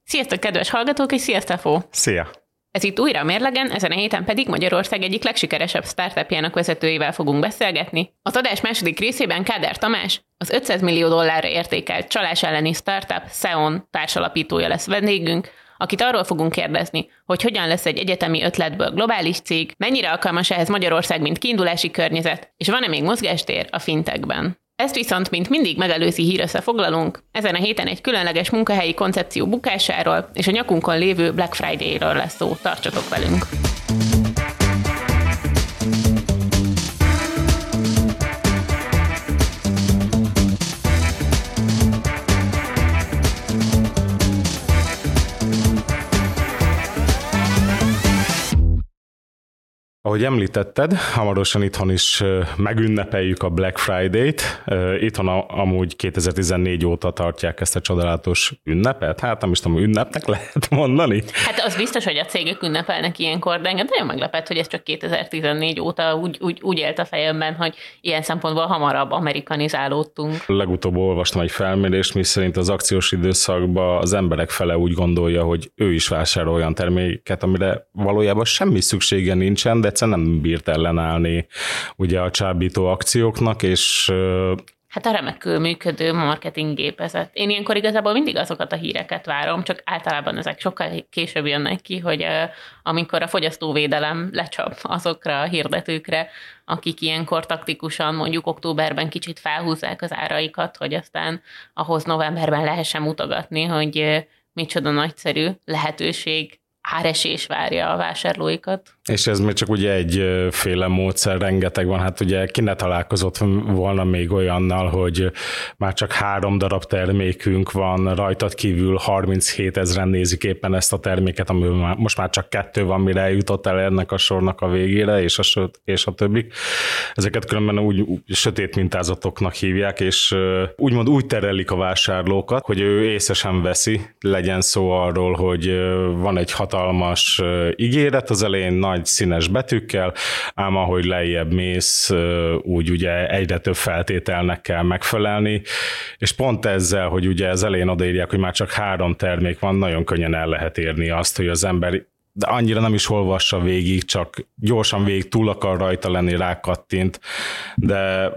Sziasztok, kedves hallgatók, és sziasztok, Fó! Szia! Ez itt újra a Mérlegen, ezen a héten pedig Magyarország egyik legsikeresebb startupjának vezetőjével fogunk beszélgetni. Az adás második részében Káder Tamás, az $500 millió értékelt csalás elleni startup Szeon társalapítója lesz vendégünk, akit arról fogunk kérdezni, hogy hogyan lesz egy egyetemi ötletből globális cég, mennyire alkalmas ehhez Magyarország, mint kiindulási környezet, és van-e még mozgástér a fintekben. Ezt viszont, mint mindig megelőzi hírösszefoglalunk, ezen a héten egy különleges munkahelyi koncepció bukásáról és a nyakunkon lévő Black Friday-ről lesz szó. Tartsatok velünk! Ahogy említetted, hamarosan itthon is megünnepeljük a Black Friday-t. Itthon amúgy 2014 óta tartják ezt a csodálatos ünnepet. Hát nem is tudom, ünnepnek lehet mondani. Hát az biztos, hogy a cégek ünnepelnek ilyenkor, de engem nagyon meglepett, hogy ez csak 2014 óta úgy élt a fejemben, hogy ilyen szempontból hamarabb amerikanizálódtunk. Legutóbb olvastam egy felmérést, miszerint az akciós időszakban az emberek fele úgy gondolja, hogy ő is vásárol olyan terméket, amire valójában semmi szüksége nincsen, de egyszerűen nem bírt ellenállni ugye a csábító akcióknak, és hát a remekül működő marketing gépezet. Én ilyenkor igazából mindig azokat a híreket várom, csak általában ezek sokkal később jönnek ki, hogy amikor a fogyasztóvédelem lecsap azokra a hirdetőkre, akik ilyenkor taktikusan mondjuk októberben kicsit felhúzzák az áraikat, hogy aztán ahhoz novemberben lehessen mutogatni, hogy micsoda nagyszerű lehetőség, áresés várja a vásárlóikat. És ez még csak ugye egyféle módszer, rengeteg van, hát ugye ki ne találkozott volna még olyannal, hogy már csak 3 darab termékünk van, rajtad kívül 37 000 nézik éppen ezt a terméket, amiből most már csak 2 van, mire eljutott el ennek a sornak a végére, és a többik. Ezeket különben úgy sötét mintázatoknak hívják, és úgymond úgy terelik a vásárlókat, hogy ő észre sem veszi, legyen szó arról, hogy van egy hatalmas ígéret, az elején nagy színes betűkkel, ám ahogy lejjebb mész, úgy ugye egyre több feltételnek kell megfelelni, és pont ezzel, hogy ugye az elején odaírják, hogy már csak 3 termék van, nagyon könnyen el lehet érni azt, hogy az ember de annyira nem is olvassa végig, csak gyorsan végig túl akar rajta lenni, rákattint, de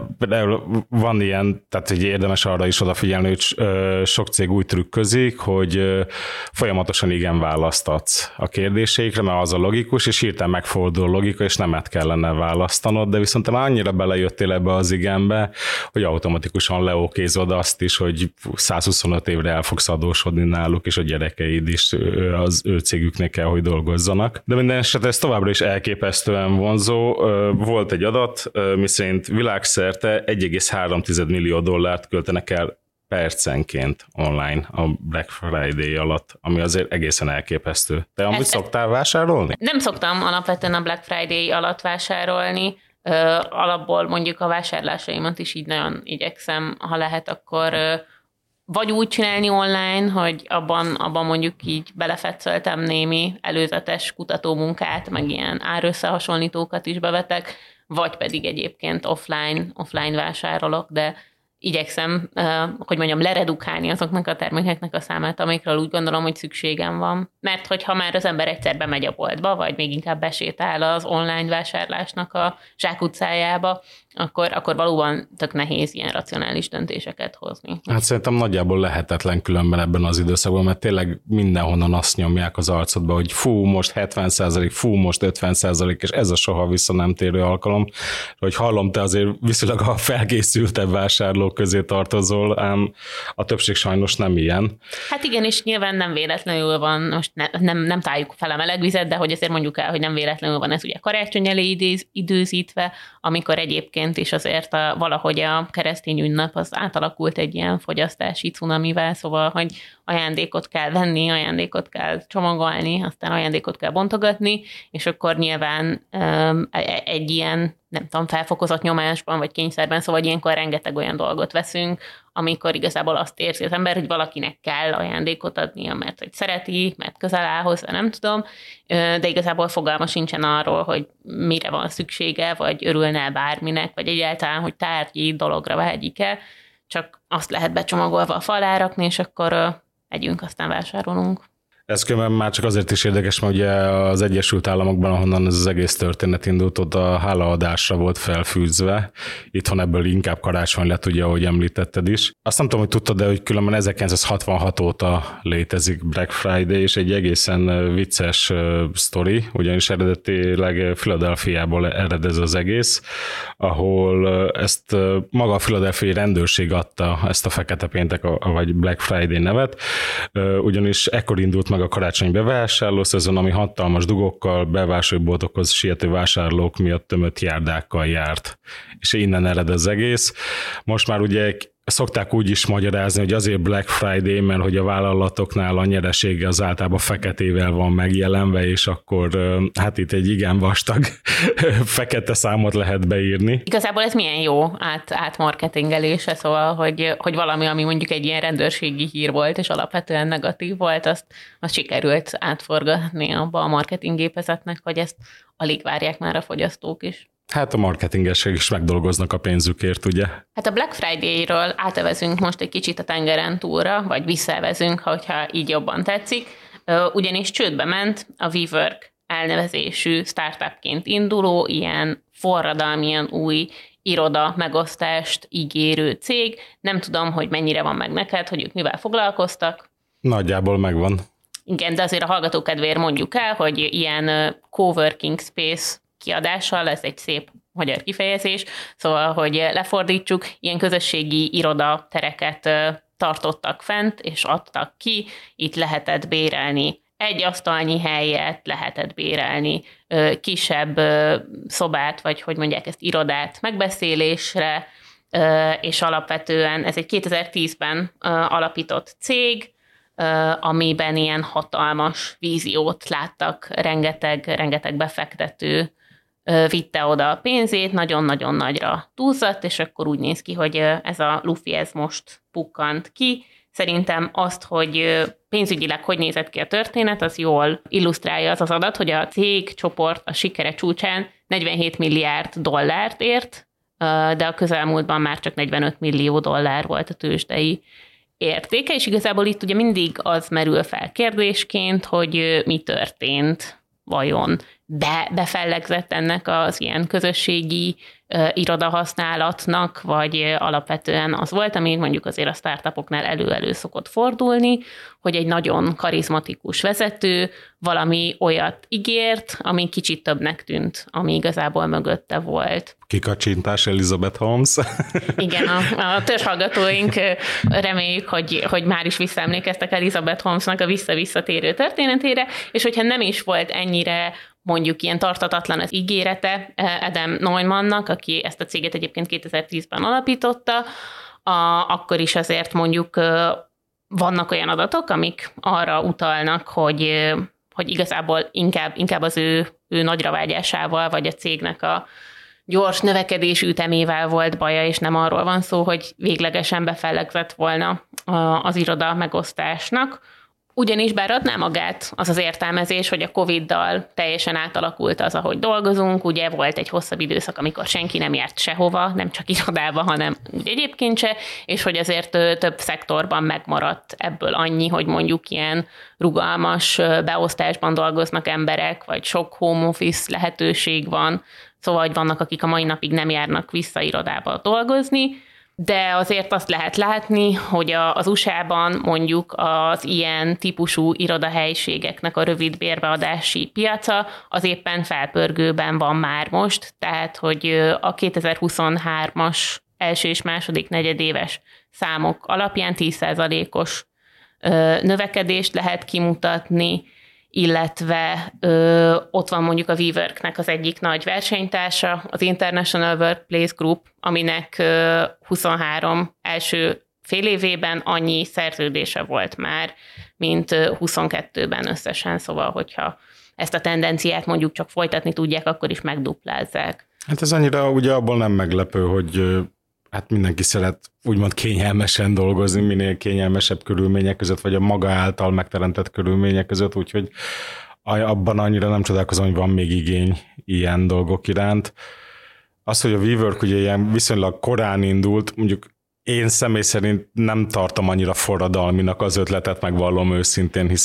van ilyen, tehát hogy érdemes arra is odafigyelni, hogy sok cég úgy trükközik, hogy folyamatosan igen választatsz a kérdéseikre, mert az a logikus, és hirtelen megfordul a logika, és nemet kellene választanod, de viszont te már annyira belejöttél ebbe az igenbe, hogy automatikusan leokézod azt is, hogy 125 évre el fogsz adósodni náluk, és a gyerekeid is az ő cégüknek kell, hogy dolgozzanak. De minden esetre ez továbbra is elképesztően vonzó. Volt egy adat, miszerint világszerte $1,3 millió költenek el percenként online a Black Friday alatt, ami azért egészen elképesztő. Te amúgy szoktál vásárolni? Nem szoktam alapvetően a Black Friday alatt vásárolni. Alapból mondjuk a vásárlásaimat is így nagyon igyekszem, ha lehet, akkor vagy úgy csinálni online, hogy abban mondjuk így belefetszöltem némi előzetes kutatómunkát, meg ilyen árösszehasonlítókat is bevetek, vagy pedig egyébként offline vásárolok, de igyekszem, hogy mondjam, leredukálni azoknak a termékeknek a számát, amikről úgy gondolom, hogy szükségem van. Mert hogyha már az ember egyszer bemegy a boltba, vagy még inkább besétál az online vásárlásnak a zsákutcájába, akkor valóban tök nehéz ilyen racionális döntéseket hozni. Hát szerintem nagyjából lehetetlen különben ebben az időszakban, mert tényleg mindenhonnan azt nyomják az arcodba, hogy fú, most 70%, fú, most 50%, és ez a soha vissza nem térő alkalom. Hogy hallom, te azért viszonylag a felkészültebb vásárlók közé tartozol, ám a többség sajnos nem ilyen. Hát igen, és nyilván nem véletlenül van, most nem táljuk fel a meleg vizet, de hogy azért mondjuk el, hogy nem véletlenül van ez ugye karácsony elé időzítve, amikor egyébként is azért valahogy a keresztény ünnep az átalakult egy ilyen fogyasztási cunamivel, szóval, hogy ajándékot kell venni, ajándékot kell csomagolni, aztán ajándékot kell bontogatni, és akkor nyilván egy ilyen, nem tudom, felfokozott nyomásban, vagy kényszerben, szóval ilyenkor rengeteg olyan dolgot veszünk, amikor igazából azt érzi az ember, hogy valakinek kell ajándékot adnia, mert hogy szereti, mert közel áll hozzá, nem tudom, de igazából fogalma sincsen arról, hogy mire van szüksége, vagy örülne bárminek, vagy egyáltalán, hogy tárgyi dologra vágyik-e, csak azt lehet becsomagolva a falá rakni, és akkor megyünk, aztán vásárolunk. Ez különben már csak azért is érdekes, mert ugye az Egyesült Államokban, ahonnan ez az egész történet indult, ott a hálaadásra volt felfűzve. Itthon ebből inkább karácsony lett, ugye, ahogy említetted is. Azt nem tudom, hogy tudtad, de hogy különben 1966 óta létezik Black Friday, és egy egészen vicces sztori, ugyanis eredetileg Philadelphiából ered ez az egész, ahol ezt maga a philadelphiai rendőrség adta ezt a fekete péntek, vagy Black Friday nevet, ugyanis ekkor indult meg a karácsonyi bevásárlószezon, ami hatalmas dugókkal, bevásárlóboltokhoz siető vásárlók miatt tömött járdákkal járt. És innen ered az egész. Most már ugye szokták úgy is magyarázni, hogy azért Black Friday, mert hogy a vállalatoknál a nyeresége az általában feketével van megjelenve, és akkor hát itt egy igen vastag fekete számot lehet beírni. Igazából ez milyen jó átmarketingelése, szóval, hogy valami, ami mondjuk egy ilyen rendőrségi hír volt, és alapvetően negatív volt, azt sikerült átforgatni abba a marketinggépezetnek, hogy ezt alig várják már a fogyasztók is. Hát a marketingesek is megdolgoznak a pénzükért, ugye? Hát a Black Friday-ről átevezünk most egy kicsit a tengeren túlra, vagy visszavezünk, hogyha így jobban tetszik, ugyanis csődbe ment a WeWork elnevezésű startupként induló, ilyen forradalmi, ilyen új iroda megosztást ígérő cég. Nem tudom, hogy mennyire van meg neked, hogy ők mivel foglalkoztak. Nagyjából megvan. Igen, de azért a hallgató kedvéért mondjuk el, hogy ilyen coworking space kiadással, ez egy szép magyar kifejezés, szóval, hogy lefordítsuk, ilyen közösségi irodatereket tartottak fent, és adtak ki, itt lehetett bérelni egy asztalnyi helyet, lehetett bérelni kisebb szobát, vagy hogy mondják ezt, irodát megbeszélésre, és alapvetően ez egy 2010-ben alapított cég, amiben ilyen hatalmas víziót láttak, rengeteg befektető vitte oda a pénzét, nagyon-nagyon nagyra túlzott, és akkor úgy néz ki, hogy ez a lufi ez most pukkant ki. Szerintem azt, hogy pénzügyileg hogy nézett ki a történet, az jól illusztrálja az adat, hogy a cégcsoport a sikere csúcsán 47 milliárd dollárt ért, de a közelmúltban már csak 45 millió dollár volt a tőzsdei értéke, és igazából itt ugye mindig az merül fel kérdésként, hogy mi történt vajon. Befellegzett ennek az ilyen közösségi irodahasználatnak, vagy alapvetően az volt, ami mondjuk azért a startupoknál elő szokott fordulni, hogy egy nagyon karizmatikus vezető valami olyat ígért, ami kicsit többnek tűnt, ami igazából mögötte volt. Kikacsintás Elizabeth Holmes. Igen, a törzshallgatóink reméljük, hogy már is visszaemlékeztek Elizabeth Holmesnak a visszatérő történetére, és hogyha nem is volt ennyire mondjuk ilyen tartatatlan az ígérete Adam Neumannnak, aki ezt a céget egyébként 2010-ben alapította, akkor is azért mondjuk vannak olyan adatok, amik arra utalnak, hogy igazából inkább az ő nagyra vágyásával, vagy a cégnek a gyors növekedés ütemével volt baja, és nem arról van szó, hogy véglegesen befellegzett volna az iroda megosztásnak. Ugyanis bár adná magát az az értelmezés, hogy a Covid-dal teljesen átalakult az, ahogy dolgozunk, ugye volt egy hosszabb időszak, amikor senki nem járt sehova, nem csak irodába, hanem úgy egyébként se, és hogy azért több szektorban megmaradt ebből annyi, hogy mondjuk ilyen rugalmas beosztásban dolgoznak emberek, vagy sok home office lehetőség van, szóval hogy vannak, akik a mai napig nem járnak vissza irodába dolgozni, de azért azt lehet látni, hogy az USA-ban mondjuk az ilyen típusú irodahelyiségeknek a rövid bérbeadási piaca az éppen felpörgőben van már most, tehát hogy a 2023-as első és második negyedéves számok alapján 10%-os növekedést lehet kimutatni, illetve ott van mondjuk a WeWorknek az egyik nagy versenytársa, az International Workplace Group, aminek 23 első fél évében annyi szerződése volt már, mint 22-ben összesen, szóval hogyha ezt a tendenciát mondjuk csak folytatni tudják, akkor is megduplázzák. Hát ez annyira ugye abból nem meglepő, hogy hát mindenki szeret úgymond kényelmesen dolgozni, minél kényelmesebb körülmények között, vagy a maga által megteremtett körülmények között, úgyhogy abban annyira nem csodálkozom, hogy van még igény ilyen dolgok iránt. Az, hogy a WeWork ugye ilyen viszonylag korán indult, mondjuk én személy szerint nem tartom annyira forradalminak az ötletet, megvallom őszintén, hiszen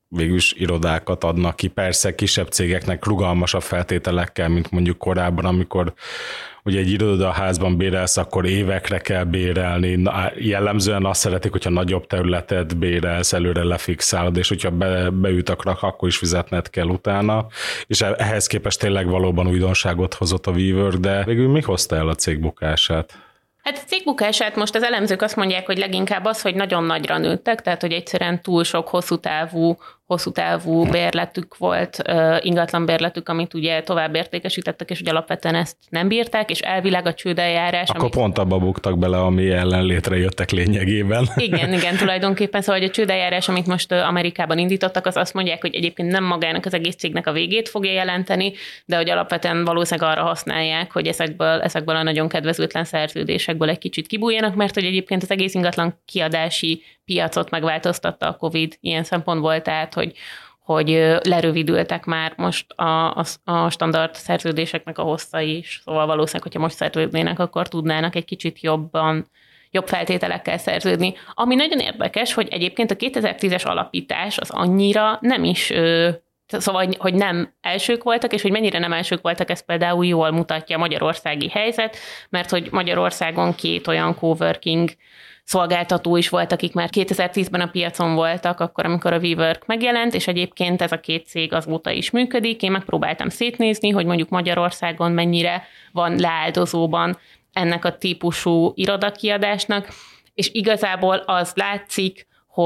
végülis irodákat adnak ki, persze kisebb cégeknek rugalmasabb feltételekkel, mint mondjuk korábban, amikor ugye egy irodaházban bérelsz, akkor évekre kell bérelni, jellemzően azt szeretik, hogyha nagyobb területet bérelsz, előre lefixálod, és hogyha beütakrak, akkor is fizetned kell utána, és ehhez képest tényleg valóban újdonságot hozott a WeWork, de végül mi hozta el a cég bukását? Hát a cég bukását most az elemzők azt mondják, hogy leginkább az, hogy nagyon nagyra nőttek, tehát hogy egyszerűen túl sok hosszú távú bérletük volt, ingatlan bérletük, amit ugye tovább értékesítettek, és ugye alapvetően ezt nem bírták, és elvileg a csődeljárás. Akkor pont abba buktak bele, ami ellen létrejöttek lényegében. Igen, tulajdonképpen. Szóval a csődeljárás, amit most Amerikában indítottak, az azt mondják, hogy egyébként nem magának az egész cégnek a végét fogja jelenteni, de hogy alapvetően valószínűleg arra használják, hogy ezekből a nagyon kedvezőtlen szerződésekből egy kicsit kibújjanak, mert hogy egyébként az egész ingatlan kiadási piacot megváltoztatta a Covid ilyen szempontból, tehát hogy lerövidültek már most a standard szerződéseknek a hosszai is. Szóval valószínűleg, hogyha most szerződnének, akkor tudnának egy kicsit jobb feltételekkel szerződni. Ami nagyon érdekes, hogy egyébként a 2010-es alapítás az annyira nem is... Szóval, hogy nem elsők voltak, és hogy mennyire nem elsők voltak, ez például jól mutatja a magyarországi helyzet, mert hogy Magyarországon 2 olyan coworking szolgáltató is volt, akik már 2010-ben a piacon voltak, akkor, amikor a WeWork megjelent, és egyébként ez a 2 cég azóta is működik. Én megpróbáltam szétnézni, hogy mondjuk Magyarországon mennyire van leáldozóban ennek a típusú irodakiadásnak, és igazából az látszik,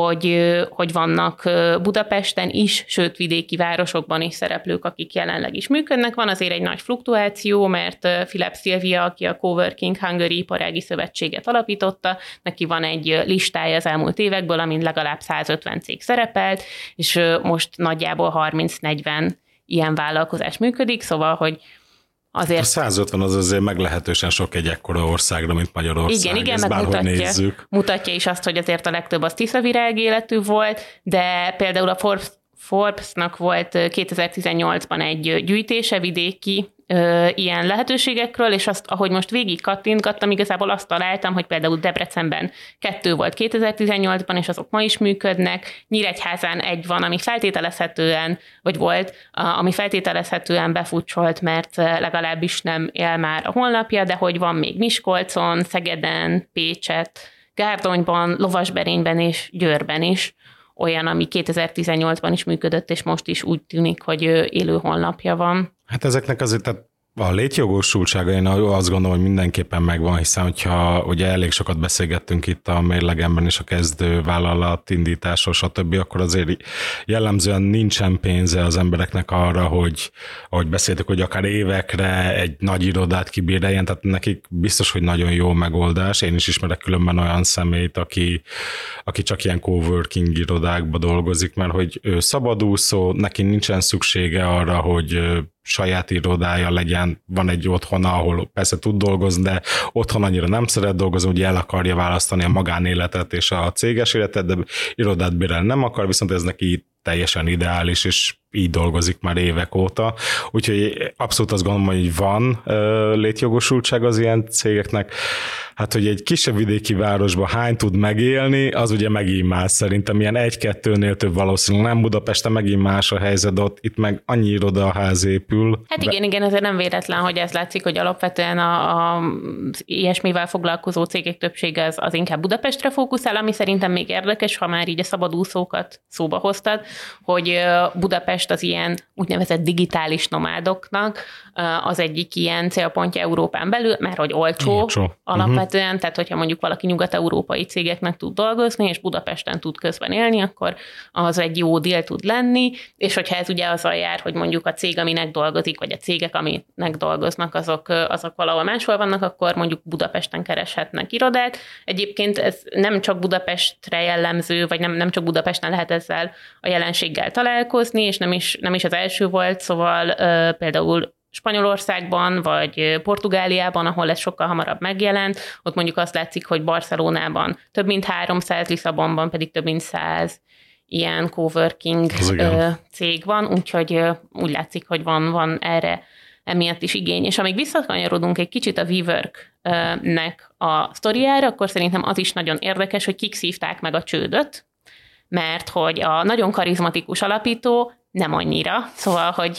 hogy vannak Budapesten is, sőt vidéki városokban is szereplők, akik jelenleg is működnek. Van azért egy nagy fluktuáció, mert Philip Szilvia, aki a Coworking Hungary iparági szövetséget alapította, neki van egy listája az elmúlt évekből, amin legalább 150 cég szerepelt, és most nagyjából 30-40 ilyen vállalkozás működik, szóval, hogy azért... A 150 az azért meglehetősen sok egy ekkora országra, mint Magyarország. Igen, meg mutatja is azt, hogy azért a legtöbb az tiszavirág életű volt, de például a Forbes-nak volt 2018-ban egy gyűjtése vidéki ilyen lehetőségekről, és azt, ahogy most végig kattintgattam, igazából azt találtam, hogy például Debrecenben 2 volt 2018-ban, és azok ma is működnek. Nyíregyházán 1 van, ami feltételezhetően, vagy volt, ami feltételezhetően befutcsolt, mert legalábbis nem él már a honlapja, de hogy van még Miskolcon, Szegeden, Pécset, Gárdonyban, Lovasberényben és Győrben is olyan, ami 2018-ban is működött, és most is úgy tűnik, hogy élő honlapja van. Hát ezeknek azért, tehát a létjogosultsága én azt gondolom, hogy mindenképpen megvan, hiszen hogyha ugye elég sokat beszélgettünk itt a mérlegemben is a kezdő vállalat indításról, stb., akkor azért jellemzően nincsen pénze az embereknek arra, hogy ahogy beszéltük, hogy akár évekre egy nagy irodát kibéreljen, tehát nekik biztos, hogy nagyon jó megoldás. Én is ismerek különben olyan személyt, aki csak ilyen coworking irodákba dolgozik, mert hogy ő szabadúszó, neki nincsen szüksége arra, hogy saját irodája legyen, van egy otthona, ahol persze tud dolgozni, de otthon annyira nem szeret dolgozni, ugye el akarja választani a magánéletet és a céges életet, de irodát bérelni nem akar, viszont ez neki teljesen ideális, és így dolgozik már évek óta. Úgyhogy abszolút azt gondolom, hogy van létjogosultság az ilyen cégeknek. Hát, hogy egy kisebb vidéki városban hány tud megélni, az ugye megint más. Szerintem ilyen 1-2-nél több valószínűleg nem. Budapesten megint más a helyzet, ott itt meg annyi irodaház épül. Hát igen, azért nem véletlen, hogy ez látszik, hogy alapvetően a ilyesmivel foglalkozó cégek többsége az inkább Budapestre fókuszál, ami szerintem még érdekes, ha már így a szabadúszókat szóba hoztad, hogy Budapest az ilyen úgynevezett digitális nomádoknak az egyik ilyen célpontja Európán belül, mert hogy olcsó. Alapvetően, tehát hogyha mondjuk valaki nyugat-európai cégeknek tud dolgozni, és Budapesten tud közben élni, akkor az egy jó deal tud lenni, és hogyha ez ugye azzal jár, hogy mondjuk a cég, aminek dolgozik, vagy a cégek, aminek dolgoznak, azok valahol máshol vannak, akkor mondjuk Budapesten kereshetnek irodát. Egyébként ez nem csak Budapestre jellemző, vagy nem csak Budapesten lehet ezzel a jelenséggel találkozni, és nem is az első volt, szóval például Spanyolországban, vagy Portugáliában, ahol ez sokkal hamarabb megjelent, ott mondjuk azt látszik, hogy Barcelonában több mint 300, Lisszabonban pedig több mint 100 ilyen coworking cég van, úgyhogy úgy látszik, hogy van erre emiatt is igény. És amíg visszakanyarodunk egy kicsit a WeWork-nek a sztoriára, akkor szerintem az is nagyon érdekes, hogy kik szívták meg a csődöt, mert hogy a nagyon karizmatikus alapító nem annyira, szóval, hogy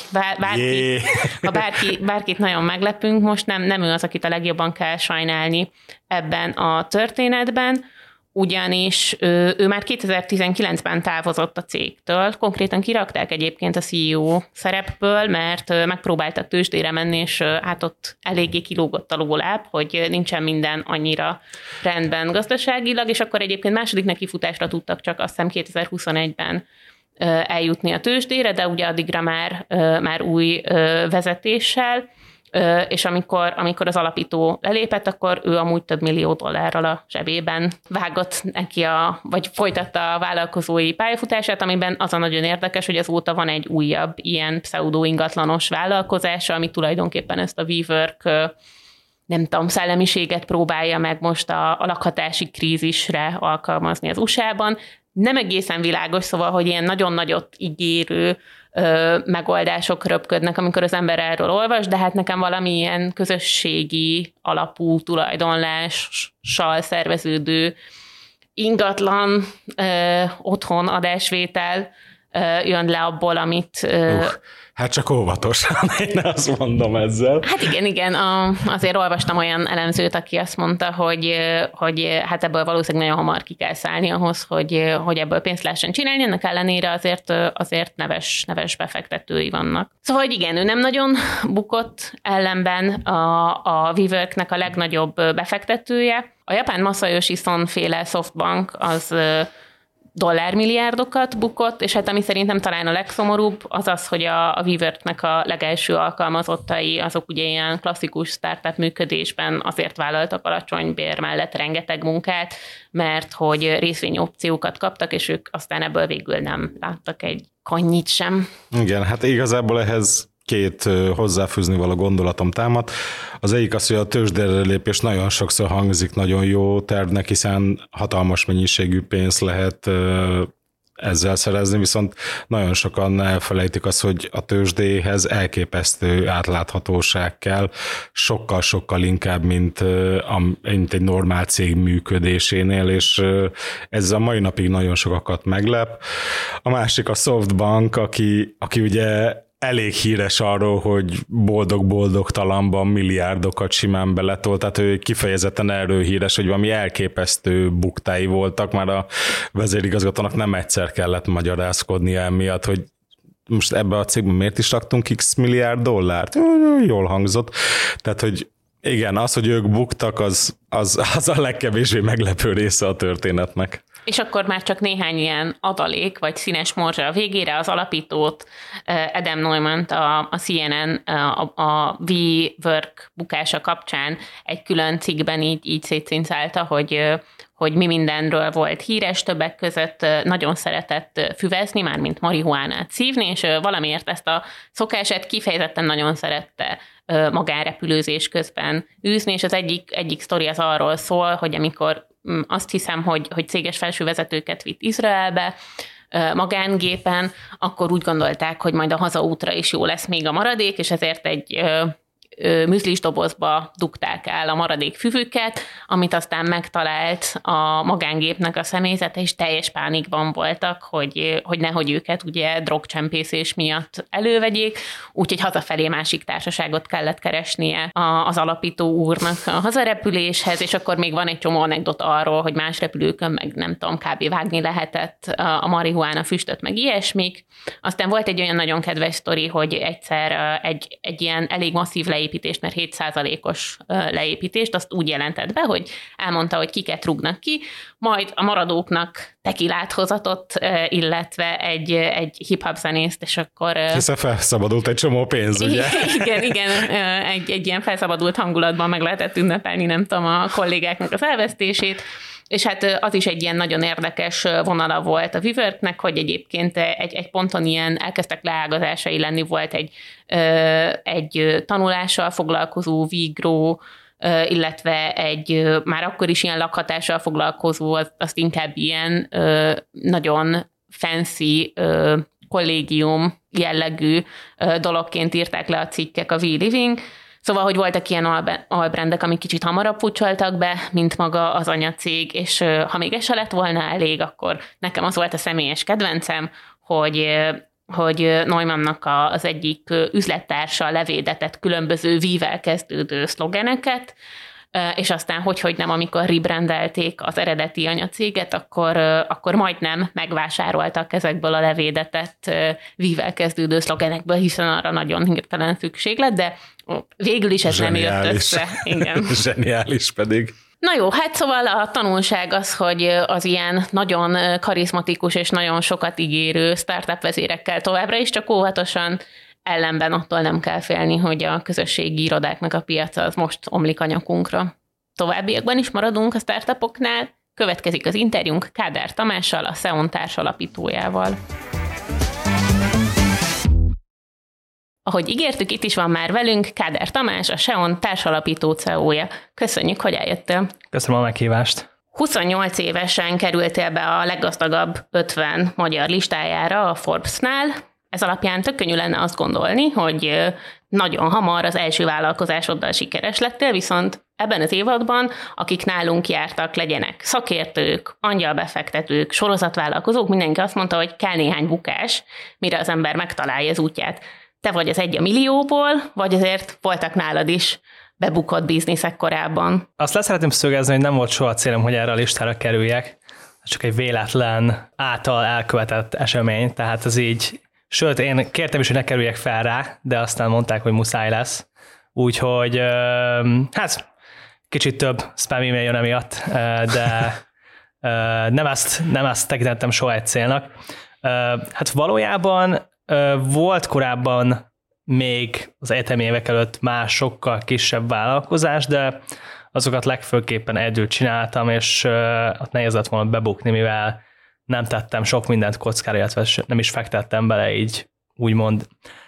bárkit nagyon meglepünk, most nem ő az, akit a legjobban kell sajnálni ebben a történetben, ugyanis ő már 2019-ben távozott a cégtől, konkrétan kirakták egyébként a CEO szerepből, mert megpróbáltak tőzsdére menni, és hát ott eléggé kilógott a lóláb, hogy nincsen minden annyira rendben gazdaságilag, és akkor egyébként második nekifutásra tudtak csak azt hiszem 2021-ben eljutni a tőzsdére, de ugye addigra már új vezetéssel, és amikor az alapító lelépett, akkor ő amúgy több millió dollárral a zsebében vágott neki vagy folytatta a vállalkozói pályafutását, amiben az a nagyon érdekes, hogy azóta van egy újabb ilyen pseudo ingatlanos vállalkozása, ami tulajdonképpen ezt a WeWork nem tudom, szellemiséget próbálja meg most a lakhatási krízisre alkalmazni az USA-ban. Nem egészen világos, szóval, hogy ilyen nagyon nagyot ígérő megoldások röpködnek, amikor az ember erről olvas, de hát nekem valamilyen közösségi alapú tulajdonlással szerveződő ingatlan otthon adásvétel jön le abból, amit... Hát csak óvatosan, én azt mondom ezzel. Hát igen, azért olvastam olyan elemzőt, aki azt mondta, hogy hát ebből valószínűleg nagyon hamar ki kell szállni ahhoz, hogy ebből pénzt lehessen csinálni, ennek ellenére azért neves befektetői vannak. Szóval, hogy igen, ő nem nagyon bukott, ellenben a WeWorknek a legnagyobb befektetője. A japán Masayoshi Son féle Softbank az dollármilliárdokat bukott, és hát ami szerintem talán a legszomorúbb, az az, hogy a WeWorknek a legelső alkalmazottai, azok ugye ilyen klasszikus startup működésben azért vállaltak alacsony bér mellett rengeteg munkát, mert hogy részvényopciókat kaptak, és ők aztán ebből végül nem láttak egy kannyit sem. Igen, hát igazából ehhez két hozzáfűzni való gondolatom támad. Az egyik az, hogy a tőzsdére lépés nagyon sokszor hangzik nagyon jó tervnek, hiszen hatalmas mennyiségű pénzt lehet ezzel szerezni, viszont nagyon sokan elfelejtik azt, hogy a tőzsdéhez elképesztő átláthatóság kell, sokkal-sokkal inkább, mint egy normál cég működésénél, és ez a mai napig nagyon sokakat meglep. A másik a Softbank, aki ugye elég híres arról, hogy boldog-boldogtalanban milliárdokat simán beletolt, tehát ő kifejezetten erről híres, hogy valami elképesztő buktái voltak, már a vezérigazgatónak nem egyszer kellett magyarázkodnia emiatt, hogy most ebbe a cégben miért is raktunk x milliárd dollárt? Jól hangzott. Tehát, hogy igen, az, hogy ők buktak, az a legkevésbé meglepő része a történetnek. És akkor már csak néhány ilyen adalék, vagy színes morzsa a végére, az alapítót, Adam Neumann-t a CNN a WeWork bukása kapcsán egy külön cikkben így szétcincálta, hogy mi mindenről volt híres, többek között nagyon szeretett füvezni, mármint marihuánát szívni, és valamiért ezt a szokását kifejezetten nagyon szerette magánrepülőzés közben űzni, és az egyik sztori az arról szól, hogy amikor azt hiszem, hogy céges felsővezetőket vitt Izraelbe magángépen, akkor úgy gondolták, hogy majd a hazaútra is jó lesz még a maradék, és ezért egy műzlis dobozba dugták el a maradék füvüket, amit aztán megtalált a magángépnek a személyzete, és teljes pánikban voltak, hogy nehogy őket ugye drogcsempészés miatt elővegyék, úgyhogy hazafelé másik társaságot kellett keresnie az alapító úrnak a hazarepüléshez, és akkor még van egy csomó anekdota arról, hogy más repülőkön meg nem tudom, kb. Vágni lehetett a marihuána füstöt, meg ilyesmik. Aztán volt egy olyan nagyon kedves sztori, hogy egyszer egy ilyen elég masszív leépítést, mert 7%-os leépítést, azt úgy jelentett be, hogy elmondta, hogy kiket rúgnak ki, majd a maradóknak tekilát hozatott, illetve egy hip-hop zenészt, és akkor... Hiszen felszabadult egy csomó pénz, ugye? Igen, egy ilyen felszabadult hangulatban meg lehetett ünnepelni, nem tudom, a kollégáknak az elvesztését, és hát az is egy ilyen nagyon érdekes vonala volt a WeWorknek, hogy egyébként egy ponton ilyen elkezdtek leágazásai lenni, volt egy tanulással foglalkozó WeGrow, illetve egy már akkor is ilyen lakhatással foglalkozó, azt inkább ilyen nagyon fancy kollégium jellegű dologként írták le a cikkek a WeLiving, Szóval, hogy voltak ilyen albrandek, amik kicsit hamarabb futcsoltak be, mint maga az anyacég, és ha még ez se lett volna elég, akkor nekem az volt a személyes kedvencem, hogy Neumannnak az egyik üzlettársa levédetett különböző V-vel kezdődő szlogeneket, és aztán hogy nem, amikor rebrandelték az eredeti anyacéget, akkor majdnem megvásároltak ezekből a levédetett V-vel kezdődő szlogenekből, hiszen arra nagyon hirtelen szükség lett, de végül is ez nem jött össze. Igen. Zseniális pedig. Na jó, hát szóval a tanulság az, hogy az ilyen nagyon karizmatikus és nagyon sokat ígérő startup vezérekkel továbbra is csak óvatosan, ellenben attól nem kell félni, hogy a közösségi irodáknak a piaca az most omlik a nyakunkra. Továbbiakban is maradunk a startupoknál, következik az interjúnk Kádár Tamással, a Szeon társalapítójával. Ahogy ígértük, itt is van már velünk Kádár Tamás, a Szeon társalapító CEO-ja. Köszönjük, hogy eljöttél. Köszönöm a meghívást. 28 évesen kerültél be a leggazdagabb 50 magyar listájára a Forbes-nál. Ez alapján tök könnyű lenne azt gondolni, hogy nagyon hamar az első vállalkozásoddal sikeres lettél, viszont ebben az évadban, akik nálunk jártak, legyenek szakértők, angyalbefektetők, sorozatvállalkozók, mindenki azt mondta, hogy kell néhány bukás, mire az ember megtalálja az útját. Te vagy az 1 a millióból, vagy azért voltak nálad is bebukott bizniszek korábban? Azt leszeretném szögezni, hogy nem volt soha célom, hogy erre a listára kerüljek. Csak egy véletlen által elkövetett esemény, tehát az így. Sőt, én kértem is, hogy ne kerüljek fel rá, de aztán mondták, hogy muszáj lesz. Úgyhogy hát kicsit több spam e-mail jön emiatt, de nem ezt tekintettem soha egy célnak. Hát valójában volt korábban még az egyetemi évek előtt más sokkal kisebb vállalkozás, de azokat legfőképpen együtt csináltam, és ott nehéz lett volna bebukni, mivel nem tettem sok mindent kockára, illetve nem is fektettem bele így úgymond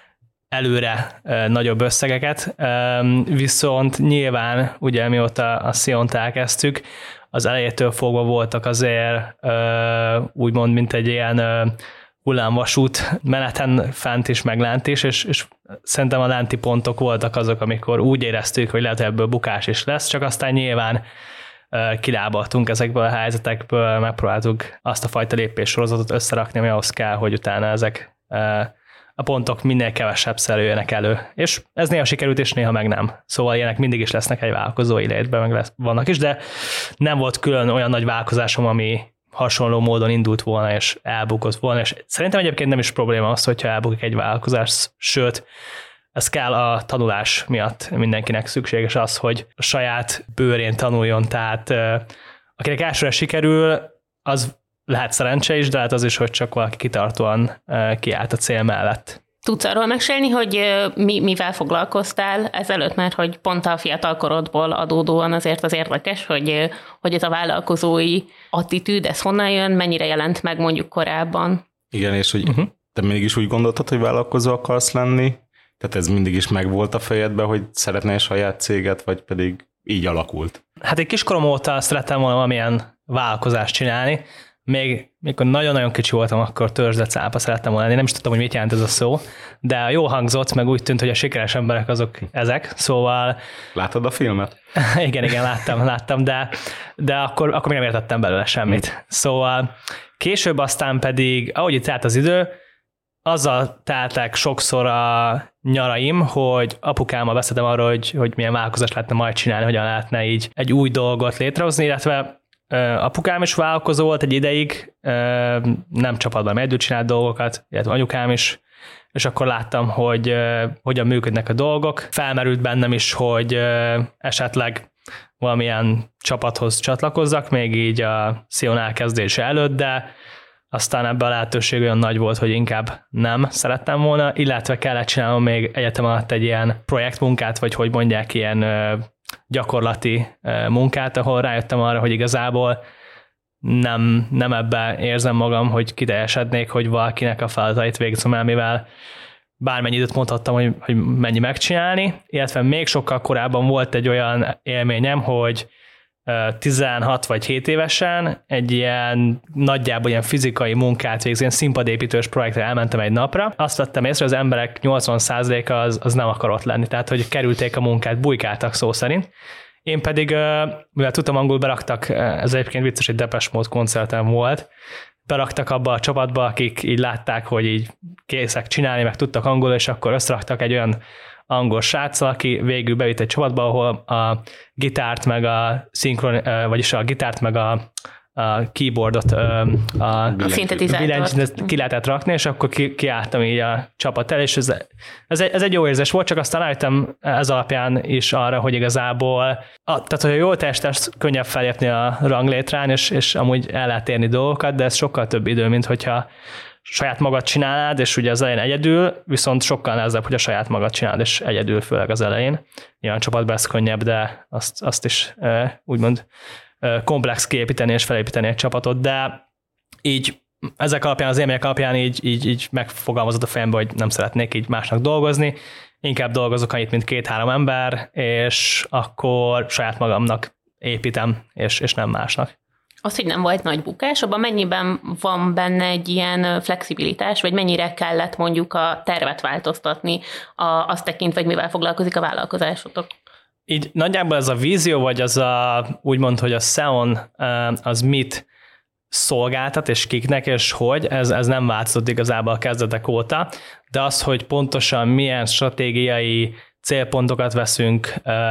előre nagyobb összegeket. Viszont nyilván, ugye mióta a Szeont elkezdtük, az elejétől fogva voltak azért úgymond, mint egy ilyen hullámvasút meneten fent is, meg lent is, és szerintem a lenti pontok voltak azok, amikor úgy éreztük, hogy lehet, hogy ebből bukás is lesz, csak aztán nyilván kilábaltunk ezekből a helyzetekből, megpróbáltuk azt a fajta lépéssorozatot összerakni, ami ahhoz kell, hogy utána ezek a pontok minél kevesebb jöjjenek elő. És ez néha sikerült, és néha meg nem. Szóval ilyenek mindig is lesznek egy vállalkozói létben, meg vannak is, de nem volt külön olyan nagy vállalkozásom, ami hasonló módon indult volna, és elbukott volna, és szerintem egyébként nem is probléma az, hogyha elbukik egy vállalkozás, sőt, ez kell a tanulás miatt mindenkinek szükséges az, hogy a saját bőrén tanuljon, tehát akinek elsőre sikerül, az lehet szerencse is, de lehet az is, hogy csak valaki kitartóan kiállt a cél mellett. Tudsz arról mesélni, hogy mivel foglalkoztál ezelőtt, mert hogy pont a fiatal korodból adódóan azért az érdekes, hogy ez a vállalkozói attitűd, ez honnan jön, mennyire jelent meg mondjuk korábban? Igen, és hogy te mégis úgy gondoltad, hogy vállalkozó akarsz lenni? Tehát ez mindig is megvolt a fejedben, hogy szeretnél saját céget, vagy pedig így alakult? Hát egy kiskorom óta szerettem volna valamilyen vállalkozást csinálni. Még mikor nagyon-nagyon kicsi voltam, akkor törzsdecápa szerettem volna lenni. Nem is tudtam, hogy mit jelent ez a szó, de jó hangzott, meg úgy tűnt, hogy a sikeres emberek azok ezek, szóval... Látod a filmet? igen, láttam, de akkor még nem értettem belőle semmit. Szóval később aztán pedig, ahogy itt telt az idő, azzal teltek sokszor a nyaraim, hogy apukámmal beszéltem arról, hogy milyen vállalkozást lehetne majd csinálni, hogyan lehetne így egy új dolgot létrehozni, illetve apukám is vállalkozó volt egy ideig, nem csapatban együtt csinált dolgokat, illetve anyukám is, és akkor láttam, hogy hogyan működnek a dolgok. Felmerült bennem is, hogy esetleg valamilyen csapathoz csatlakozzak, még így a Szeon elkezdése előtt, de aztán ebben a lehetőség olyan nagy volt, hogy inkább nem szerettem volna, illetve kellett csinálnom még egyetem alatt egy ilyen projektmunkát, vagy hogy mondják, ilyen gyakorlati munkát, ahol rájöttem arra, hogy igazából nem ebben érzem magam, hogy kiteljesednék, hogy valakinek a feladatait végzem el, mivel bármennyi időt mondhattam, hogy mennyi megcsinálni, illetve még sokkal korábban volt egy olyan élményem, hogy 16 vagy 7 évesen egy ilyen nagyjából ilyen fizikai munkát végző, ilyen színpadépítős projektre elmentem egy napra. Azt vettem észre, hogy az emberek 80%-a az nem akar ott lenni, tehát hogy kerülték a munkát, bujkáltak szó szerint. Én pedig, mivel tudtam angolul, beraktak, ez egyébként vicces, egy Depeche Mode koncertem volt, beraktak abba a csapatba, akik így látták, hogy így készek csinálni, meg tudtak angolul, és akkor összeraktak egy olyan angol sráccal, aki végül bevitt egy csapatba, ahol a gitárt meg a szinkron, vagyis a gitárt meg a keyboardot, a szintetizátort ki lehetett rakni, és akkor kiálltam így a csapat el, és ez egy jó érzés volt, csak aztán rájöttem ez alapján is arra, hogy igazából, tehát hogy a jól testes, könnyebb felépni a ranglétrán, és amúgy el lehet érni dolgokat, de ez sokkal több idő, mint hogyha saját magad csinálnád, és ugye az elején egyedül, viszont sokkal nehezebb, hogy a saját magad csinálod, és egyedül, főleg az elején. Ilyen csapatban ez könnyebb, de azt is úgymond komplex kiépíteni és felépíteni egy csapatot, de így ezek alapján, az élmények alapján így megfogalmazott a fejembe, hogy nem szeretnék így másnak dolgozni, inkább dolgozok annyit, mint 2-3 ember, és akkor saját magamnak építem, és nem másnak. Az, hogy nem volt nagy bukás, abban mennyiben van benne egy ilyen flexibilitás, vagy mennyire kellett mondjuk a tervet változtatni, azt tekintve, hogy mivel foglalkozik a vállalkozásotok? Így nagyjából ez a vízió, vagy az úgymond, hogy a SEO-n az mit szolgáltat, és kiknek, és hogy, ez nem változott igazából a kezdetek óta, de az, hogy pontosan milyen stratégiai célpontokat veszünk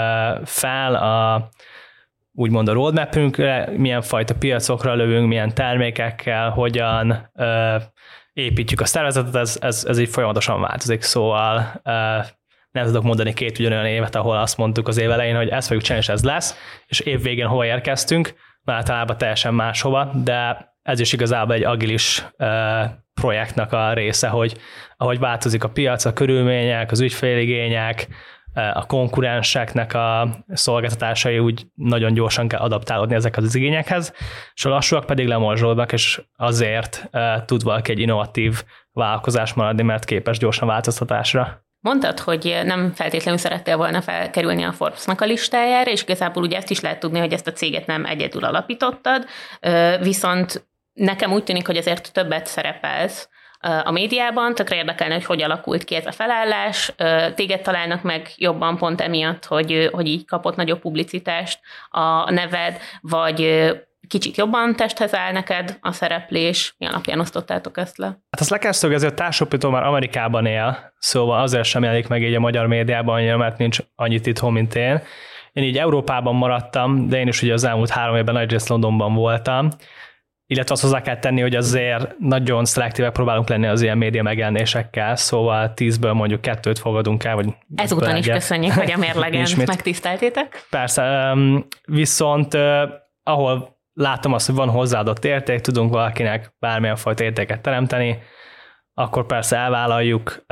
fel úgymond a roadmapünkre, milyen fajta piacokra lövünk, milyen termékekkel, hogyan építjük a szervezetet, ez így folyamatosan változik, szóval nem tudok mondani 2 ugyanolyan évet, ahol azt mondtuk az év elején, hogy ezt fogjuk csinálni, és ez lesz, és év végén hova érkeztünk, általában teljesen máshova, de ez is igazából egy agilis projektnek a része, hogy ahogy változik a piac, a körülmények, az ügyféligények, a konkurenseknek a szolgáltatásai, úgy nagyon gyorsan kell adaptálódni ezekhez az igényekhez, és a lassúak pedig lemorzsolódnak, és azért tud valaki egy innovatív vállalkozás maradni, mert képes gyorsan változtatásra. Mondtad, hogy nem feltétlenül szerettél volna felkerülni a Forbes-nak a listájára, és igazából ugye ezt is lehet tudni, hogy ezt a céget nem egyedül alapítottad, viszont nekem úgy tűnik, hogy azért többet szerepelsz a médiában, tökre érdekelne, hogy alakult ki ez a felállás, téged találnak meg jobban pont emiatt, hogy így kapott nagyobb publicitást a neved, vagy kicsit jobban testhez áll neked a szereplés, mi alapján osztottátok ezt le? Hát azt le kell szögezni, a társapító már Amerikában él, szóval azért sem jelenik meg így a magyar médiában, mert nincs annyit itthon, mint én. Én így Európában maradtam, de én is ugye az elmúlt 3 évben nagyrészt Londonban voltam, illetve azt hozzá kell tenni, hogy azért nagyon szelektívek próbálunk lenni az ilyen média megjelenésekkel, szóval 10-ből mondjuk 2-t fogadunk el, vagy ezúton is köszönjük, hogy a mérlegen megtiszteltétek. Persze, viszont ahol látom azt, hogy van hozzáadott érték, tudunk valakinek bármilyen fajta értéket teremteni, akkor persze elvállaljuk.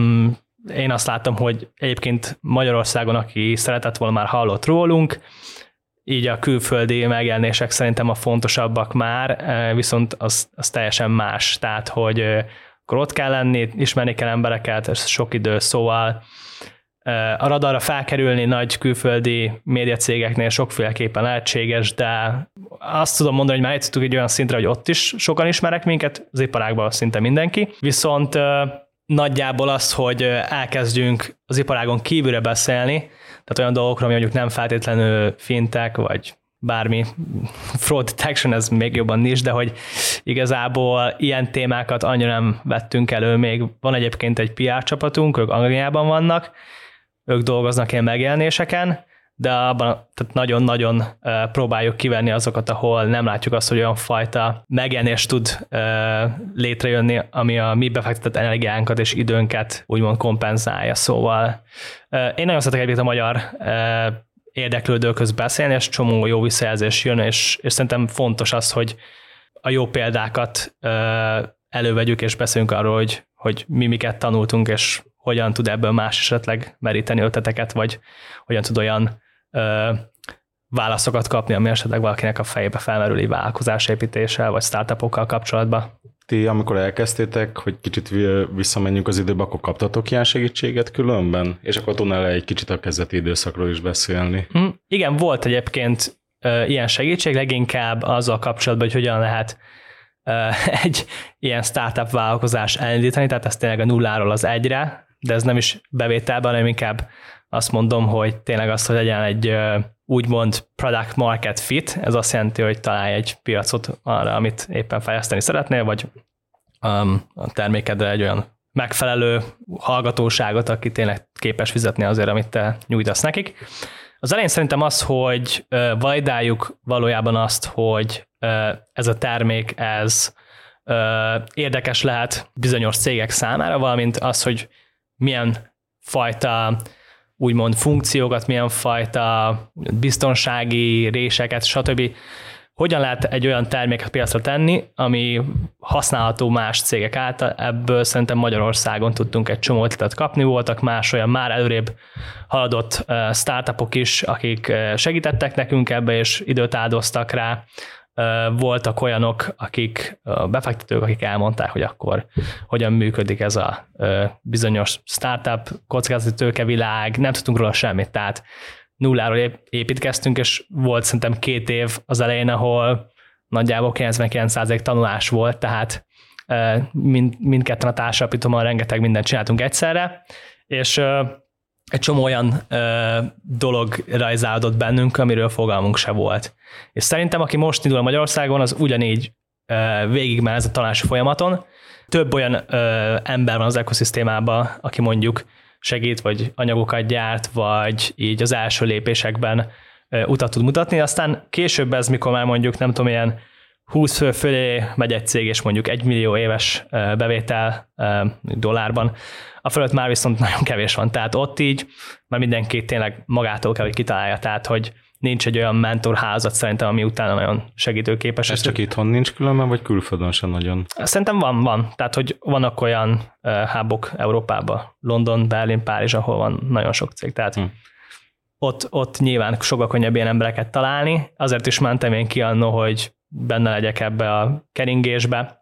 Én azt látom, hogy egyébként Magyarországon, aki szeretett volna, már hallott rólunk, így a külföldi megjelenések szerintem a fontosabbak már, viszont az teljesen más. Tehát, hogy akkor ott kell lenni, ismerni kell embereket, ez sok idő, szóval a radarra felkerülni nagy külföldi médiacégeknél sokféleképpen lehetséges, de azt tudom mondani, hogy már eljutottuk egy olyan szintre, hogy ott is sokan ismerek minket, az iparágban szinte mindenki, viszont nagyjából az, hogy elkezdjünk az iparágon kívülre beszélni, tehát olyan dolgokról, ami mondjuk nem feltétlenül fintech, vagy bármi fraud detection, ez még jobban nincs, de hogy igazából ilyen témákat annyira nem vettünk elő, még van egyébként egy PR csapatunk, ők Angliában vannak, ők dolgoznak ilyen megjelenéseken, de abban tehát nagyon-nagyon próbáljuk kivenni azokat, ahol nem látjuk azt, hogy olyan fajta megjelenés tud létrejönni, ami a mi befektetett energiánkat és időnket úgymond kompenzálja. Szóval én nagyon szeretek egyébként a magyar érdeklődőkhöz beszélni, és csomó jó visszajelzés jön, és szerintem fontos az, hogy a jó példákat elővegyük, és beszélünk arról, hogy mi miket tanultunk, és hogyan tud ebből más esetleg meríteni ötleteket, vagy hogyan tud olyan válaszokat kapni, ami esetleg valakinek a fejébe felmerül így vállalkozásépítéssel, vagy startupokkal kapcsolatban. Ti, amikor elkezdtétek, hogy kicsit visszamenjünk az időbe, akkor kaptatok ilyen segítséget különben? És akkor tudnál egy kicsit a kezdeti időszakról is beszélni? Igen, volt egyébként ilyen segítség, leginkább azzal kapcsolatban, hogy hogyan lehet egy ilyen startup vállalkozás elindítani, tehát ez tényleg a nulláról az egyre, de ez nem is bevételben, hanem inkább azt mondom, hogy tényleg az, hogy legyen egy úgymond product market fit, ez azt jelenti, hogy találj egy piacot arra, amit éppen fejleszteni szeretnél, vagy a termékedre egy olyan megfelelő hallgatóságot, aki tényleg képes fizetni azért, amit te nyújtasz nekik. Az elején szerintem az, hogy validáljuk valójában azt, hogy ez a termék, ez érdekes lehet bizonyos cégek számára, valamint az, hogy milyen fajta úgymond funkciókat, milyen fajta biztonsági réseket, stb. Hogyan lehet egy olyan terméket piacra tenni, ami használható más cégek által. Ebből szerintem Magyarországon tudtunk egy csomó ötletet kapni, voltak más olyan már előrébb haladott startupok is, akik segítettek nekünk ebbe, és időt áldoztak rá. Voltak olyanok, akik befektetők, akik elmondták, hogy akkor hogyan működik ez a bizonyos startup, kockázati tőkevilág, nem tudtunk róla semmit, tehát nulláról építkeztünk, és volt szerintem 2 év az elején, ahol nagyjából 99% tanulás volt, tehát mindketten a társadalapítóban rengeteg mindent csináltunk egyszerre, és egy csomó olyan dolog rajzálódott bennünk, amiről fogalmunk se volt. És szerintem, aki most indul Magyarországon, az ugyanígy végigmen ez a tanulási folyamaton. Több olyan ember van az ökoszisztémában, aki mondjuk segít, vagy anyagokat gyárt, vagy így az első lépésekben utat tud mutatni. Aztán később ez, mikor már mondjuk nem tudom, ilyen 20 fő fölé megy egy cég, és mondjuk 1 millió éves bevétel dollárban, a fölött már viszont nagyon kevés van. Tehát ott így már mindenki tényleg magától kell, hogy kitalálja. Tehát, hogy nincs egy olyan mentorházat szerintem, ami utána nagyon segítőképes. Ez csak itthon nincs különben, vagy külföldön sem nagyon? Szerintem van. Tehát, hogy vannak olyan hubok Európában, London, Berlin, Párizs, ahol van nagyon sok cég. Tehát ott nyilván sokkal könnyebb ilyen embereket találni. Azért is mentem én ki annó, hogy benne legyek ebbe a keringésbe.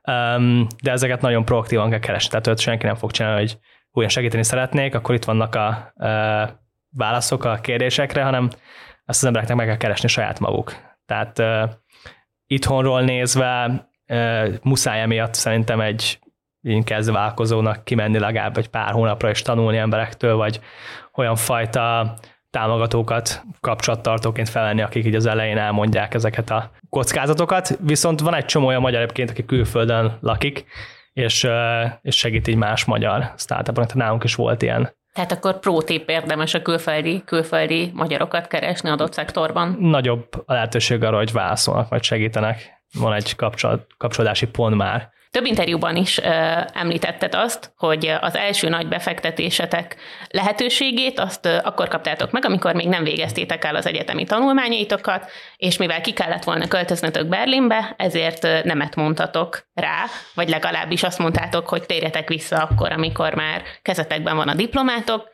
De ezeket nagyon proaktívan kell keresni. Tehát ott senki nem fog csinálni, hogy olyan segíteni szeretnék, akkor itt vannak a válaszok a kérdésekre, hanem ezt az embereknek meg kell keresni saját maguk. Tehát itthonról nézve muszáj emiatt szerintem egy kezdővállalkozónak kimenni legalább egy pár hónapra és tanulni emberektől, vagy olyan fajta támogatókat kapcsolattartóként felvenni, akik így az elején elmondják ezeket a kockázatokat. Viszont van egy csomó olyan magyar egyébként, aki külföldön lakik, és segít így más magyar startupnak, tehát nálunk is volt ilyen. Tehát akkor pro-tip érdemes a külföldi magyarokat keresni adott szektorban? Nagyobb a lehetőség arra, hogy válaszolnak, vagy segítenek. Van egy kapcsolódási pont már. Több interjúban is említetted azt, hogy az első nagy befektetésetek lehetőségét azt akkor kaptátok meg, amikor még nem végeztétek el az egyetemi tanulmányaitokat, és mivel ki kellett volna költöznötök Berlinbe, ezért nemet mondtatok rá, vagy legalábbis azt mondtátok, hogy térjetek vissza akkor, amikor már kezetekben van a diplomátok.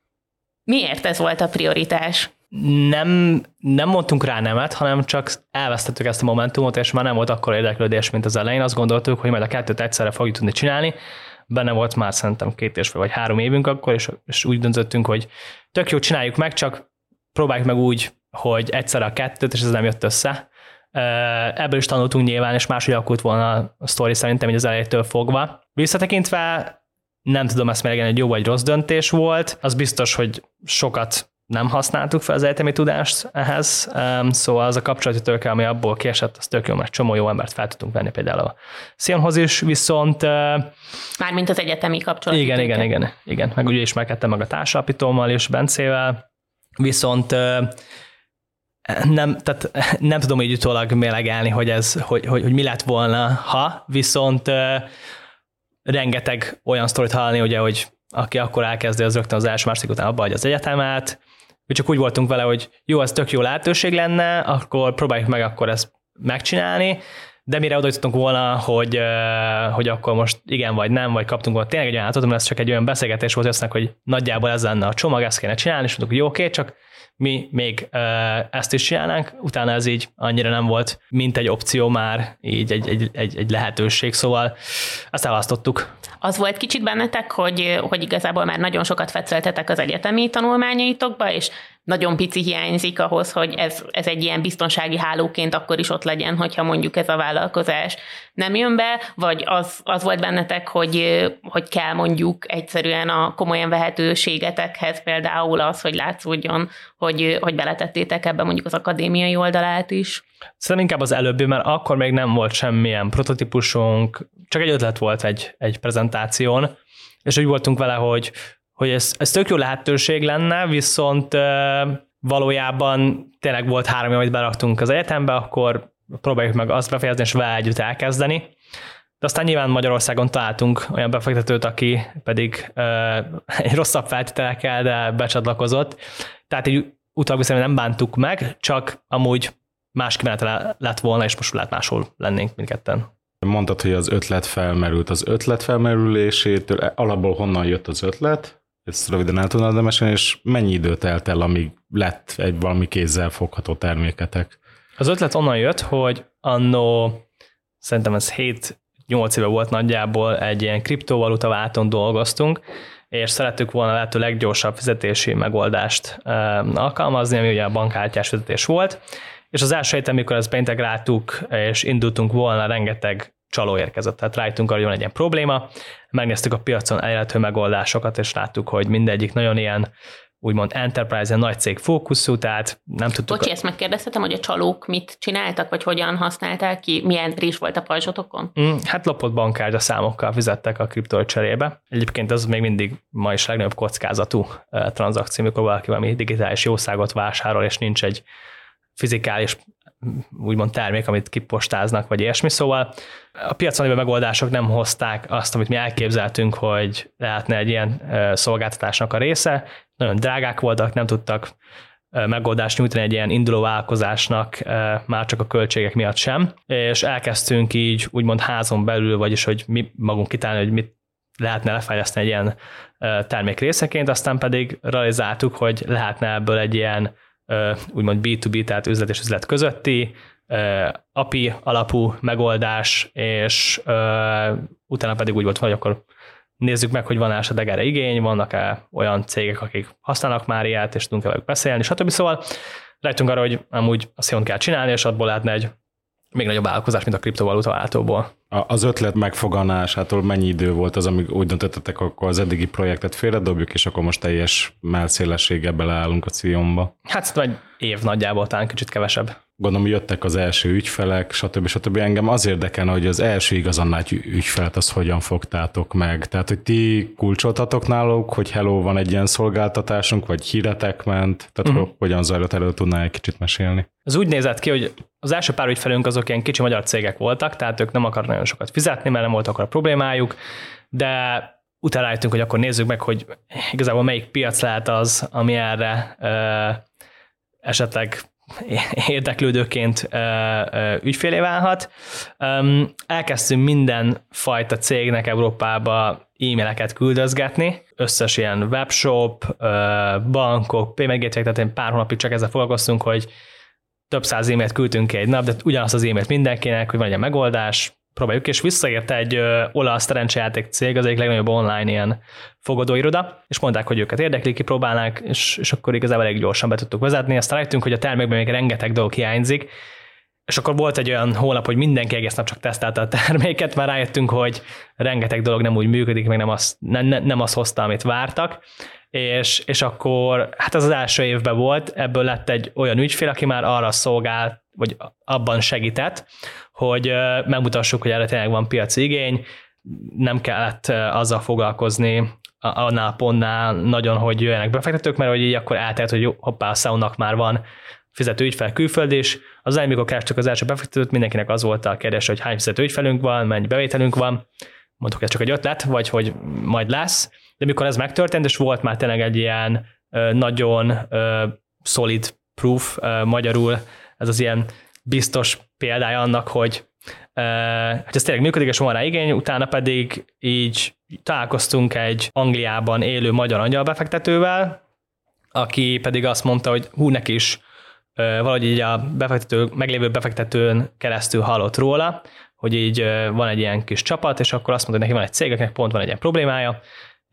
Miért ez volt a prioritás? Nem mondtunk rá nemet, hanem csak elvesztettük ezt a momentumot, és már nem volt akkor érdeklődés, mint az elején. Azt gondoltuk, hogy majd a kettőt egyszerre fogjuk tudni csinálni. Benne volt már szerintem 2,5 vagy 3 évünk akkor, és úgy döntöttünk, hogy tök jó, csináljuk meg, csak próbáljuk meg úgy, hogy egyszerre a kettőt, és ez nem jött össze. Ebből is tanultunk nyilván, és máshogy alakult volna a sztori szerintem így az elejétől fogva. Visszatekintve nem tudom, ezt még egy jó vagy rossz döntés volt. Az biztos, hogy sokat nem használtuk fel az egyetemi tudást ehhez, szóval az a kapcsolati tőke, ami abból kiesett, az tök jó, mert csomó jó embert fel tudtunk venni például a Sionhoz is, viszont... Mármint az egyetemi kapcsolati igen. Meg ugye ismerkedtem meg a társalapítómmal és Bencével, viszont nem tudom így utólag mélegelni, hogy mi lett volna, ha, viszont rengeteg olyan sztorit hallani, ugye, hogy aki akkor elkezdi, az rögtön az első második után abba hagyja az egyetemet. Mi csak úgy voltunk vele, hogy jó, ez tök jó lehetőség lenne, akkor próbáljuk meg akkor ezt megcsinálni, de mire oda jutottunk volna, hogy akkor most igen vagy nem, vagy kaptunk volna tényleg egy olyan állatot, mert ez csak egy olyan beszélgetés volt össznek, hogy nagyjából ez lenne a csomag, ezt kéne csinálni, és mondtuk, hogy jó, oké, csak mi még ezt is csinálnánk, utána ez így annyira nem volt, mint egy opció már, így egy lehetőség, szóval ezt elválasztottuk. Az volt kicsit bennetek, hogy igazából már nagyon sokat fetszeltetek az egyetemi tanulmányaitokba, és nagyon pici hiányzik ahhoz, hogy ez egy ilyen biztonsági hálóként akkor is ott legyen, hogyha mondjuk ez a vállalkozás nem jön be, vagy az volt bennetek, hogy kell mondjuk egyszerűen a komolyan vehetőségetekhez például az, hogy látszódjon, hogy beletettétek ebbe mondjuk az akadémiai oldalát is? Szerintem inkább az előbbi, mert akkor még nem volt semmilyen prototípusunk, csak egy ötlet volt egy prezentáción, és úgy voltunk vele, hogy ez tök jó lehetőség lenne, viszont valójában tényleg volt 3 év, amit beraktunk az egyetembe, akkor próbáljuk meg azt befejezni, és vele együtt elkezdeni. De aztán nyilván Magyarországon találtunk olyan befektetőt, aki pedig egy rosszabb feltételekkel, de becsatlakozott. Tehát így utólag viszont nem bántuk meg, csak amúgy más kimenetele lett volna, és most lehet máshol lennénk mindketten. Mondtad, hogy az ötlet felmerült. Az ötlet felmerülésétől alapból honnan jött az ötlet? Ezt röviden el tudnád mesélni, és mennyi időt telt el, amíg lett egy valami kézzel fogható terméketek? Az ötlet onnan jött, hogy annó szerintem ez 7-8 éve volt nagyjából, egy ilyen kriptovaluta válton dolgoztunk, és szerettük volna lehető leggyorsabb fizetési megoldást alkalmazni, ami ugye a bankkártyás fizetés volt, és az első héten, amikor ezt beintegráltuk, és indultunk volna, rengeteg csaló érkezett. Tehát rájöttünk arra, hogy van egy ilyen probléma, megnéztük a piacon elérhető megoldásokat, és láttuk, hogy mindegyik nagyon ilyen úgymond enterprise, nagy cég fókuszú, tehát nem tudtuk... Bocsi, ezt megkérdeztetem, hogy a csalók mit csináltak, vagy hogyan használták ki, milyen rizs volt a pajzsotokon? Hát lopott bankkártya számokkal fizettek a kriptó cserébe. Egyébként ez még mindig ma is legnagyobb kockázatú tranzakció, amikor valaki valami digitális jószágot vásárol, és nincs egy fizikális úgymond termék, amit kipostáznak, vagy ilyesmi. Szóval a piacon lévő megoldások nem hozták azt, amit mi elképzeltünk, hogy lehetne egy ilyen szolgáltatásnak a része. Nagyon drágák voltak, nem tudtak megoldást nyújtani egy ilyen induló vállalkozásnak, már csak a költségek miatt sem. És elkezdtünk így úgymond házon belül, vagyis hogy mi magunk kitálni, hogy mit lehetne lefejleszteni egy ilyen termék részeként, aztán pedig realizáltuk, hogy lehetne ebből egy ilyen úgymond B2B, tehát üzlet és üzlet közötti, API alapú megoldás, és utána pedig úgy volt, hogy akkor nézzük meg, hogy van esetleg erre igény, vannak-e olyan cégek, akik használnak már ilyet, és tudunk velük beszélni, stb. Szóval rájöttünk arra, hogy amúgy azt jól kell csinálni, és abból lehetne egy még nagyobb vállalkozás, mint a kriptovaluta váltóból. Az ötlet megfoganásától mennyi idő volt az, amíg úgy döntöttetek, akkor az eddigi projektet félredobjuk, és akkor most teljes mellszélességgel beleállunk a Cionba? Hát szerintem egy év nagyjából, talán kicsit kevesebb. Gondolom, jöttek az első ügyfelek, stb. Engem az érdekel, hogy az első igazán nagy ügyfelet azt hogyan fogtátok meg. Tehát, hogy ti kulcsoltatok náluk, hogy hello, van egy ilyen szolgáltatásunk, vagy híretek ment, tehát hogyan zajlott, erről tudnál egy kicsit mesélni? Ez úgy nézett ki, hogy az első pár ügyfelünk azok ilyen kicsi magyar cégek voltak, tehát ők nem akarnak nagyon sokat fizetni, mert nem volt akkor a problémájuk, de utána rájöttünk, hogy akkor nézzük meg, hogy igazából melyik piac lehet az, ami erre esetleg érdeklődőként ügyfélé válhat. Elkezdtünk mindenfajta cégnek Európába e-maileket küldözgetni, összes ilyen webshop, bankok, payment gateway, tehát én pár hónapig csak ezzel foglalkoztunk, hogy több száz e-mailt küldtünk ki egy nap, de ugyanazt az e-mailt mindenkinek, hogy van egy megoldás, próbáljuk, és visszaért egy olasz szerencsejáték cég, az egyik legnagyobb online ilyen fogadóiroda, és mondták, hogy őket érdekli, kipróbálnák, és akkor igazából elég gyorsan be tudtuk vezetni. Aztán rájöttünk, hogy a termékben még rengeteg dolog hiányzik, és akkor volt egy olyan hónap, hogy mindenki egész nap csak tesztelte a terméket, már rájöttünk, hogy rengeteg dolog nem úgy működik, meg nem azt hozta, amit vártak, és akkor hát az első évben volt, ebből lett egy olyan ügyfél, aki már arra szolgált, vagy abban segített, hogy megmutassuk, hogy erre tényleg van piaci igény, nem kellett azzal foglalkozni annál a pontnál nagyon, hogy jöjjenek befektetők, mert hogy így akkor eltelt, hogy hoppá, a SEO-nak már van fizető ügyfel külföld is. Az amikor kerestük az első befektetőt, mindenkinek az volt a kérdés, hogy hány fizető ügyfelünk van, mennyi bevételünk van, mondtuk, ez csak egy ötlet, vagy hogy majd lesz, de mikor ez megtörtént, és volt már tényleg egy ilyen nagyon solid proof, magyarul ez az ilyen biztos példája annak, hogy ez tényleg működik, és van rá igény, utána pedig így találkoztunk egy Angliában élő magyar angyalbefektetővel, aki pedig azt mondta, hogy neki is valahogy így a meglévő befektetőn keresztül hallott róla, hogy így van egy ilyen kis csapat, és akkor azt mondta, hogy neki van egy cég, akinek pont van egy ilyen problémája,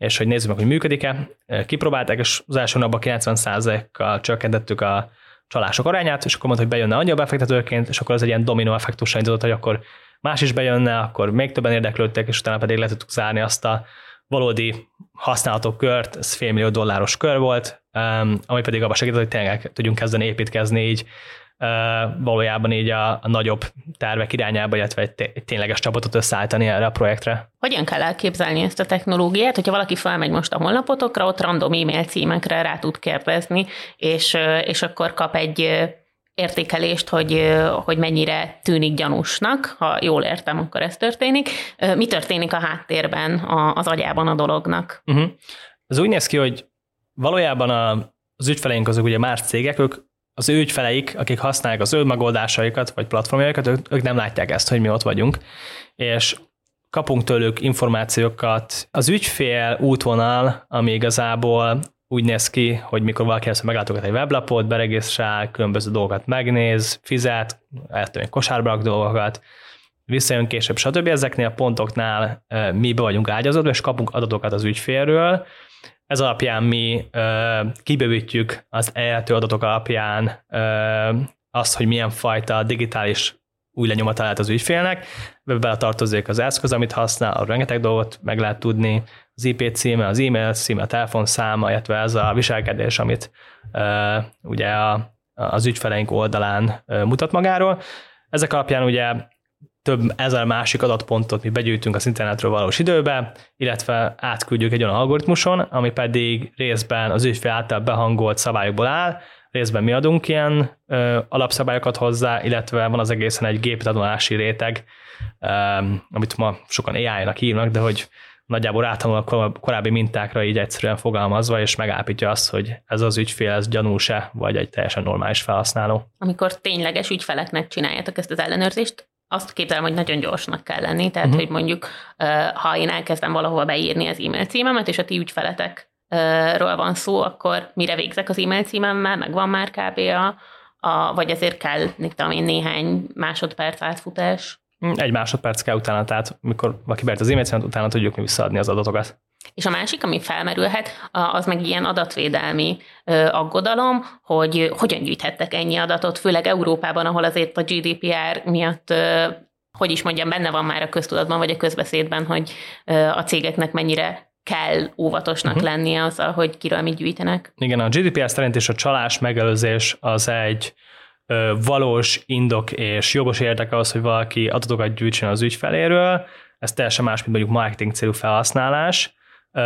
és hogy nézzük meg, hogy működik-e. Kipróbálták, és az első napban 90%-kal csökkentettük a csalások arányát, és akkor mondta, hogy bejönne annyi a befektetőként, és akkor az egy ilyen dominó effektusra indított, hogy akkor más is bejönne, akkor még többen érdeklődtek, és utána pedig le tudtuk zárni azt a valódi használható kört, ez $500 millió kör volt, ami pedig abban segített, hogy tényleg tudjunk kezdeni építkezni így valójában így a nagyobb tervek irányába, illetve egy tényleges csapatot összeállítani erre a projektre. Hogyan kell elképzelni ezt a technológiát, hogyha valaki felmegy most a honlapotokra, ott random e-mail címekre rá tud kérdezni, és akkor kap egy értékelést, hogy mennyire tűnik gyanúsnak, ha jól értem, akkor ez történik. Mi történik a háttérben, az agyában a dolognak? Ez úgy néz ki, hogy valójában az ügyfeleink azok ugye más cégek, ők az ő ügyfeleik, akik használják az ő megoldásaikat, vagy platformjaikat, ők nem látják ezt, hogy mi ott vagyunk, és kapunk tőlük információkat. Az ügyfél útvonal, ami igazából úgy néz ki, hogy mikor valaki először meglátogat egy weblapot, beregisztrál, különböző dolgokat megnéz, fizet, eltől kosárba rak dolgokat, visszajön később, stb. Ezeknél a pontoknál mi be vagyunk ágyazódva, és kapunk adatokat az ügyfélről. Ez alapján mi kibővítjük az elérhető adatok alapján azt, hogy milyen fajta digitális új lenyomata lehet az ügyfélnek. Bele tartozik az eszköz, amit használ, a rengeteg dolgot meg lehet tudni, az IP címe, az e-mail címe, a telefonszáma, illetve ez a viselkedés, amit ugye az ügyfeleink oldalán mutat magáról. Ezek alapján ugye több ezer másik adatpontot mi begyűjtünk az internetről valós időbe, illetve átküldjük egy olyan algoritmuson, ami pedig részben az ügyfél által behangolt szabályokból áll, részben mi adunk ilyen alapszabályokat hozzá, illetve van az egészen egy géptanolási réteg, amit ma sokan AI-nak hívnak, de hogy nagyjából rátanul a korábbi mintákra így egyszerűen fogalmazva, és megállapítja azt, hogy ez az ügyfél, ez gyanús-e, vagy egy teljesen normális felhasználó. Amikor tényleges ügyfeleknek csináljátok ezt az ellenőrzést, azt képzelem, hogy nagyon gyorsnak kell lenni, tehát hogy mondjuk, ha én elkezdem valahova beírni az e-mail címemet, és a ti ügyfeletekről van szó, akkor mire végzek az e-mail címemmel, megvan már kb. Vagy azért kell néhány másodperc átfutás? 1 másodperc kell utána, tehát mikor valaki beírt az e-mail címet, utána tudjuk mi visszaadni az adatokat. És a másik, ami felmerülhet, az meg ilyen adatvédelmi aggodalom, hogy hogyan gyűjthettek ennyi adatot, főleg Európában, ahol azért a GDPR miatt, hogy is mondjam, benne van már a köztudatban, vagy a közbeszédben, hogy a cégeknek mennyire kell óvatosnak lennie azzal, hogy kiről mit gyűjtenek. Igen, a GDPR szerint is a csalás megelőzés az egy valós indok és jogos érdeke az, hogy valaki adatokat gyűjtsen az ügyfeléről. Ez teljesen más, mint mondjuk marketing célú felhasználás.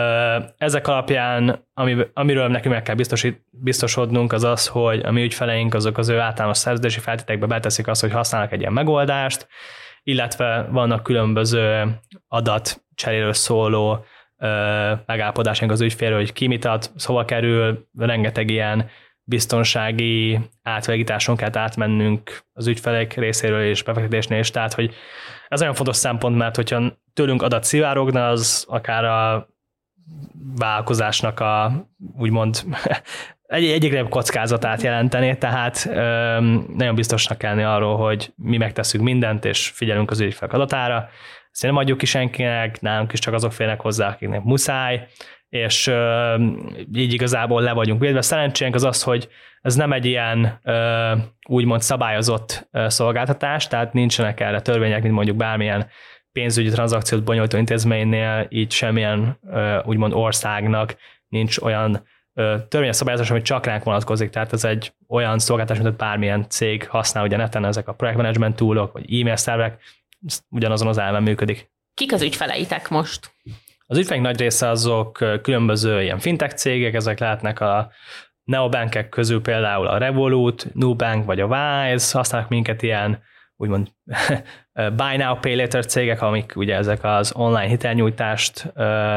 Ezek alapján, amiről nekünk meg kell biztosodnunk, az az, hogy a mi ügyfeleink azok az ő általános szerződési feltételekbe beteszik azt, hogy használnak egy ilyen megoldást, illetve vannak különböző adatcseréről szóló megállapodásunk az ügyfélről, hogy ki mit ad, szóval kerül, rengeteg ilyen biztonsági átvilágításon kell átmennünk az ügyfelek részéről és befektetésnél is, tehát hogy ez nagyon fontos szempont, mert hogyha tőlünk adat szivárogna, az akár a vállalkozásnak a úgymond egyre kockázatát jelenteni, tehát nagyon biztosnak kell lenni arról, hogy mi megtesszük mindent, és figyelünk az ügyfelek adatára. Ezt nem adjuk ki senkinek, nálunk is csak azok félnek hozzá, akiknek muszáj, és így igazából le vagyunk védve. Szerencsénk az az, hogy ez nem egy ilyen úgymond szabályozott szolgáltatás, tehát nincsenek erre törvények, mint mondjuk bármilyen pénzügyi tranzakciót bonyolító intézménynél, így semmilyen úgymond országnak nincs olyan törvényes szabályozás, ami csak ránk vonatkozik, tehát ez egy olyan szolgáltatás, mint bármilyen cég használ ugye neten, ezek a projektmanagement toolok, vagy e-mail szervek, ugyanazon az elven működik. Kik az ügyfeleitek most? Az ügyfeleink nagy része azok különböző ilyen fintech cégek, ezek lehetnek a neobankek közül például a Revolut, Nubank vagy a Wise, használnak minket ilyen úgymond buy now, pay later cégek, amik ugye ezek az online hitelnyújtást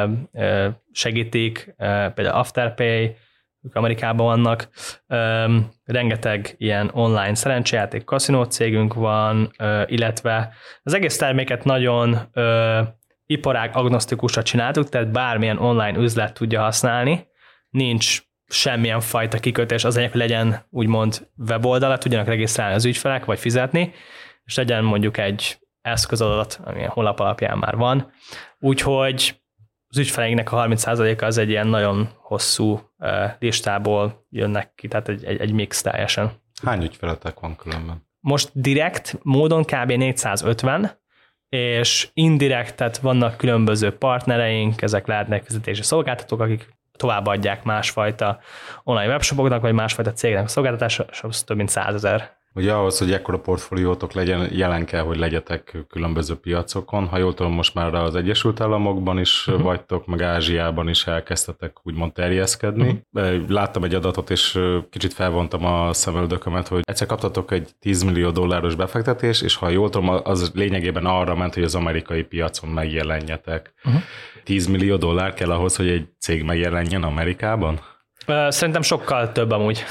segítik, például Afterpay, ők Amerikában vannak, rengeteg ilyen online szerencsejáték kaszinó cégünk van, illetve az egész terméket nagyon iparág agnosztikusra csináltuk, tehát bármilyen online üzlet tudja használni, nincs semmilyen fajta kikötés, az hogy legyen úgymond weboldala, tudjanak regisztrálni az ügyfelek, vagy fizetni, és legyen mondjuk egy eszközadat, ami a honlap alapján már van. Úgyhogy az ügyfeleinknek a 30%-a az egy ilyen nagyon hosszú listából jönnek ki, tehát egy mix teljesen. Hány ügyfeletek van különben? Most direkt módon kb. 450, és indirekt, tehát vannak különböző partnereink, ezek lehetnek fizetési szolgáltatók, akik továbbadják másfajta online webshopoknak, vagy másfajta cégnek a szolgáltatása, és több mint 100 000. Ugye ahhoz, hogy ekkora portfóliótok legyen, jelen kell, hogy legyetek különböző piacokon. Ha jól tudom, most már az Egyesült Államokban is vagytok, meg Ázsiában is elkezdtetek úgymond terjeszkedni. Láttam egy adatot, és kicsit felvontam a szemöldökömet, hogy egyszer kaptatok egy $10 millió befektetés, és ha jól tudom, az lényegében arra ment, hogy az amerikai piacon megjelenjetek. $10 millió kell ahhoz, hogy egy cég megjelenjen Amerikában? Szerintem sokkal több amúgy.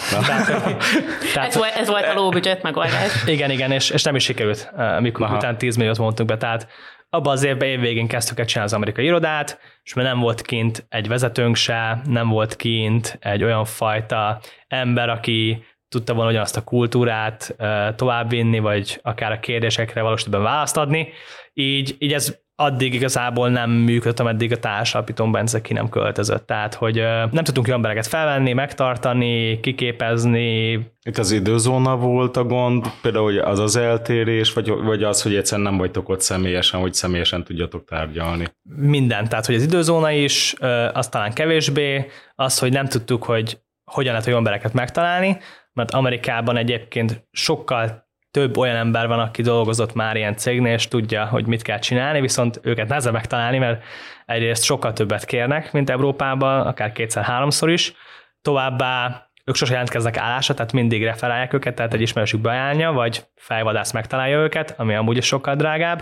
Ez volt a low budget megoldás. Igen, és nem is sikerült, amikor utána 10 milliót mondtunk be. Tehát abban az évben évvégén kezdtük el csinálni az amerikai irodát, és mert nem volt kint egy vezetőnk se, nem volt kint egy olyan fajta ember, aki tudta volna ugyanazt a kultúrát továbbvinni, vagy akár a kérdésekre valósítban választ adni. Így ez addig igazából nem működött, ameddig a társalapítón Bence ki nem költözött. Tehát, hogy nem tudtunk jó embereket felvenni, megtartani, kiképezni. Itt az időzóna volt a gond, például az eltérés, vagy az, hogy egyszerűen nem vagytok ott személyesen, hogy személyesen tudjatok tárgyalni? Minden, tehát hogy az időzóna is, az talán kevésbé, az, hogy nem tudtuk, hogy hogyan lehet jó embereket megtalálni, mert Amerikában egyébként sokkal több olyan ember van, aki dolgozott már ilyen cégnél, és tudja, hogy mit kell csinálni, viszont őket nehezebb megtalálni, mert egyrészt sokkal többet kérnek, mint Európában, akár 2-3-szor is. Továbbá ők sosem jelentkeznek állásra, tehát mindig referálják őket, tehát egy ismerősük beajánlja, vagy fejvadász megtalálja őket, ami amúgy is sokkal drágább.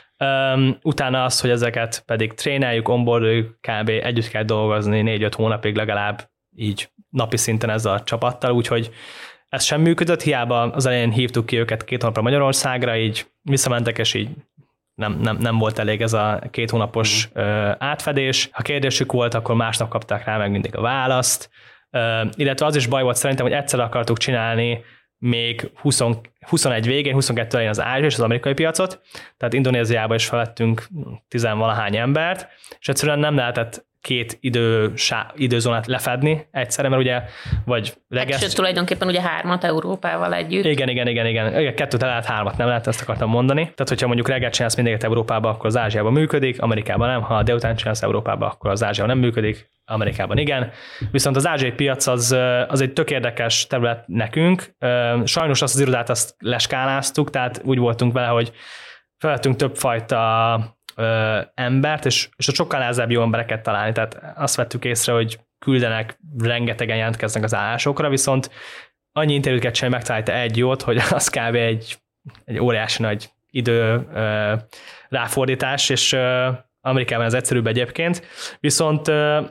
Utána az, hogy ezeket pedig tréneljük, onboardoljuk, kb. Együtt kell dolgozni 4-5 hónapig legalább így napi szinten ezzel a csapattal, úgyhogy ez sem működött, hiába az elején hívtuk ki őket 2 hónapra Magyarországra, így visszamentek, és így nem volt elég ez a 2 hónapos átfedés. Ha kérdésük volt, akkor másnap kapták rá meg mindig a választ. Illetve az is baj volt szerintem, hogy egyszer akartuk csinálni még 21 végén, 22 elején az ázsiai és az amerikai piacot, tehát Indonéziába is felettünk 10-valahány embert, és egyszerűen nem lehetett 2 időzónát lefedni egyszerre, mert ugye vagy reggel... Sőt, tulajdonképpen ugye 3 Európával együtt. Igen. 2 lehet, 3 nem lehet, ezt akartam mondani. Tehát, hogyha mondjuk reggel csinálsz mindegyet Európába, akkor az Ázsiában működik, Amerikában nem. Ha délután csinálsz Európába, akkor az Ázsiában nem működik, Amerikában igen. Viszont az ázsiai piac az egy tök érdekes terület nekünk. Sajnos azt az irodát azt leskáláztuk, tehát úgy voltunk vele, hogy felvettünk többfajta embert, és sokkal nehezebb jó embereket találni. Tehát azt vettük észre, hogy küldenek, rengetegen jelentkeznek az állásokra, viszont annyi interjút kell csinálni, megtalálta egy jót, hogy az kb. egy óriási nagy idő ráfordítás, és Amerikában ez egyszerűbb egyébként. Viszont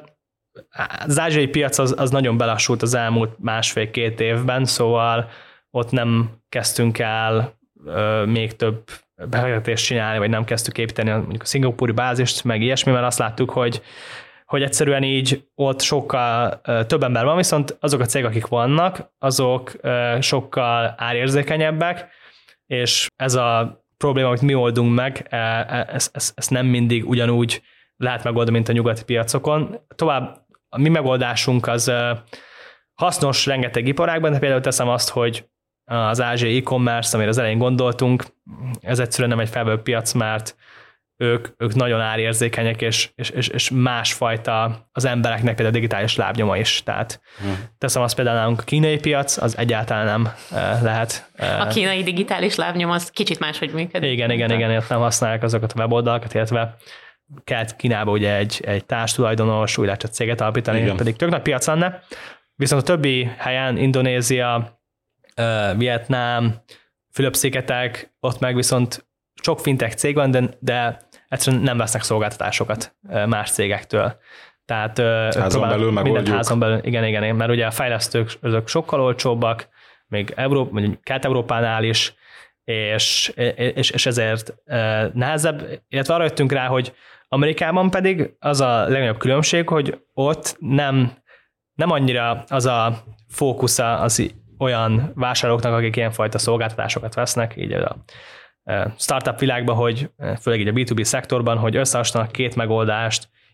az ázsiai piac az nagyon belassult az elmúlt 1,5-2 évben, szóval ott nem kezdtünk el még több befektetést csinálni, vagy nem kezdtük építeni mondjuk a szingapúri bázist, meg ilyesmi, mert azt láttuk, hogy egyszerűen így ott sokkal több ember van, viszont azok a cégek, akik vannak, azok sokkal árérzékenyebbek, és ez a probléma, amit mi oldunk meg, ezt nem mindig ugyanúgy lehet megoldani, mint a nyugati piacokon. Tovább a mi megoldásunk az hasznos rengeteg iparágban, de például teszem azt, hogy az ázsiai e-commerce, amire az elején gondoltunk, ez egyszerűen nem egy felvevő piac, mert ők nagyon árérzékenyek, és másfajta az embereknek például a digitális lábnyoma is. Tehát teszem azt például nálunk a kínai piac, az egyáltalán nem lehet. A kínai digitális lábnyom az kicsit máshogy működik. Igen, nem használják azokat a weboldalakat, illetve kellett Kínába ugye egy társtulajdonos, új lehet céget alapítani, igen. Pedig tök nagy piac lenne. Viszont a többi helyen, Indonézia, Vietnám, Fülöp-szigetek, ott meg viszont sok fintech cég van, de egyszerűen nem vesznek szolgáltatásosokat más cégektől. Tehát házon belül megoldjuk. Házon belül, igen, mert ugye a fejlesztők azok sokkal olcsóbbak, még Kelet-Európánál is, és ezért nehezebb, illetve arra jöttünk rá, hogy Amerikában pedig az a legnagyobb különbség, hogy ott nem annyira az a fókusza az olyan vásárlóknak, akik ilyenfajta szolgáltatásokat vesznek, így a startup világban, hogy főleg így a B2B szektorban, hogy összehasonlítanak 2 megoldást,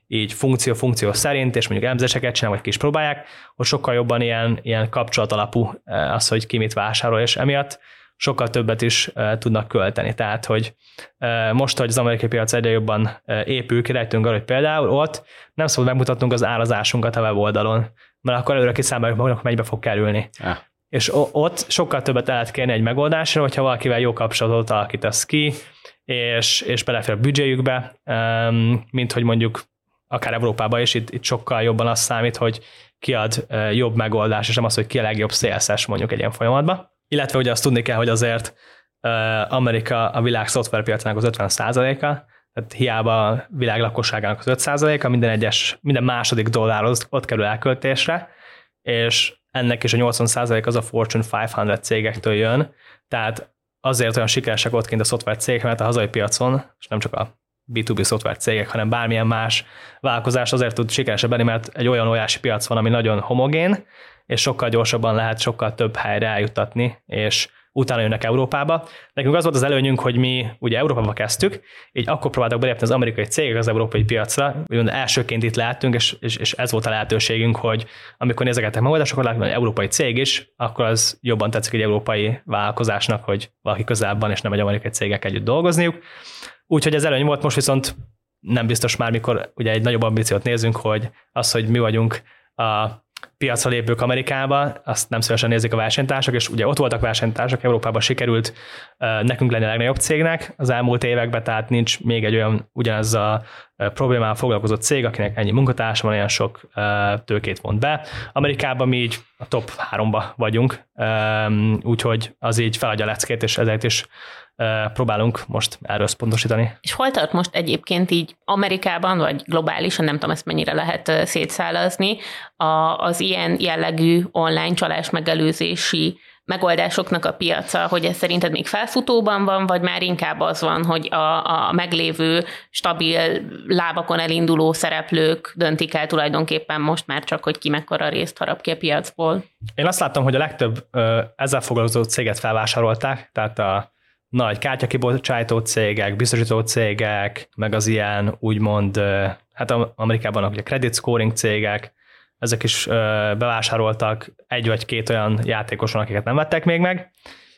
így funkció szerint, és mondjuk elemzéseket csinálnak, vagy ki is próbálják, hogy sokkal jobban ilyen kapcsolat alapú az, hogy ki mit vásárol, és emiatt sokkal többet is tudnak költeni. Tehát, hogy most, hogy az amerikai piac egyre jobban épül ki, rejtünk arra, hogy például ott nem szabad megmutatnunk az árazásunkat a weboldalon, mert akkor előre kiszámoljuk magunknak, mennyibe fog kerülni. És ott sokkal többet el lehet kérni egy megoldásra, hogyha valakivel jó kapcsolatot alakítasz ki, és belefér a büdzséjükbe, mint hogy mondjuk akár Európában is, itt sokkal jobban az számít, hogy ki ad jobb megoldás, és nem az, hogy ki a legjobb szélszes mondjuk egy ilyen folyamatban. Illetve ugye azt tudni kell, hogy azért Amerika a világ szoftverpiacának az 50%-a, tehát hiába a világ lakosságának az 5%-a, minden második dollár ott kerül elköltésre, és ennek is a 80% az a Fortune 500 cégektől jön, tehát azért olyan sikeresek ott kint a szoftver cégek, mert a hazai piacon, és nem csak a B2B szoftver cégek, hanem bármilyen más vállalkozás azért tud sikeresebb lenni, mert egy olyan óriási piac van, ami nagyon homogén, és sokkal gyorsabban lehet sokkal több helyre eljuttatni, és utána jönnek Európába. Nekünk az volt az előnyünk, hogy mi ugye Európába kezdtük, így akkor próbáltak belépni az amerikai cégek az európai piacra, úgymond elsőként itt lehetünk, és ez volt a lehetőségünk, hogy amikor nézegettek megoldásokat, látjuk, hogy európai cég is, akkor az jobban tetszik egy európai vállalkozásnak, hogy valaki közelebb van, és nem egy amerikai cégek együtt dolgozniuk. Úgyhogy ez előny volt, most viszont nem biztos már, mikor ugye egy nagyobb ambíciót nézünk, hogy az, hogy mi vagyunk a piacra lépők Amerikába, azt nem szívesen nézik a versenytársak, és ugye ott voltak versenytársak, Európában sikerült nekünk lenni a legnagyobb cégnek az elmúlt években, tehát nincs még egy olyan ugyanez a problémával foglalkozott cég, akinek ennyi munkatársa van, olyan sok tőkét vont be. Amerikában mi így a top 3-ba vagyunk, úgyhogy az így feladja a leckét, és ezért is próbálunk most erről összpontosítani. És hol tart most egyébként így Amerikában, vagy globálisan, nem tudom ezt mennyire lehet szétszálazni, az ilyen jellegű online csalás megelőzési megoldásoknak a piaca, hogy ez szerinted még felfutóban van, vagy már inkább az van, hogy a meglévő, stabil lábakon elinduló szereplők döntik el tulajdonképpen most már csak, hogy ki mekkora részt harap ki a piacból? Én azt láttam, hogy a legtöbb ezzel foglalkozó céget felvásárolták, tehát a nagy kártyakibocsátó cégek, biztosító cégek, meg az ilyen úgymond, hát Amerikában ugye credit scoring cégek, ezek is bevásároltak egy vagy két olyan játékoson, akiket nem vettek még meg,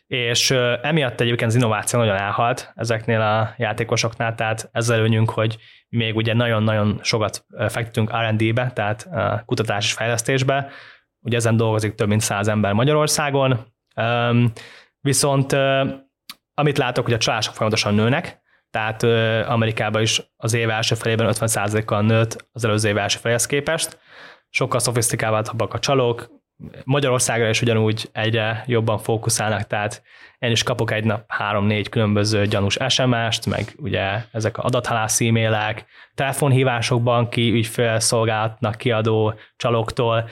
és emiatt egyébként az innováció nagyon elhalt ezeknél a játékosoknál, tehát ezzel előnyünk, hogy még ugye nagyon-nagyon sokat fektetünk R&D-be, tehát kutatás és fejlesztésbe, ugye ezen dolgozik több mint 100 ember Magyarországon, viszont amit látok, hogy a csalások folyamatosan nőnek, tehát Amerikában is az év első felében 50%-kal nőtt az előző év első feléhez képest, sokkal szofisztikáltabbak a csalók, Magyarországra is ugyanúgy egyre jobban fókuszálnak, tehát én is kapok egy nap 3-4 különböző gyanús SMS-t, meg ugye ezek az adathalász e-mailek, telefonhívások, banki ügyfélszolgálatnak kiadó csalóktól,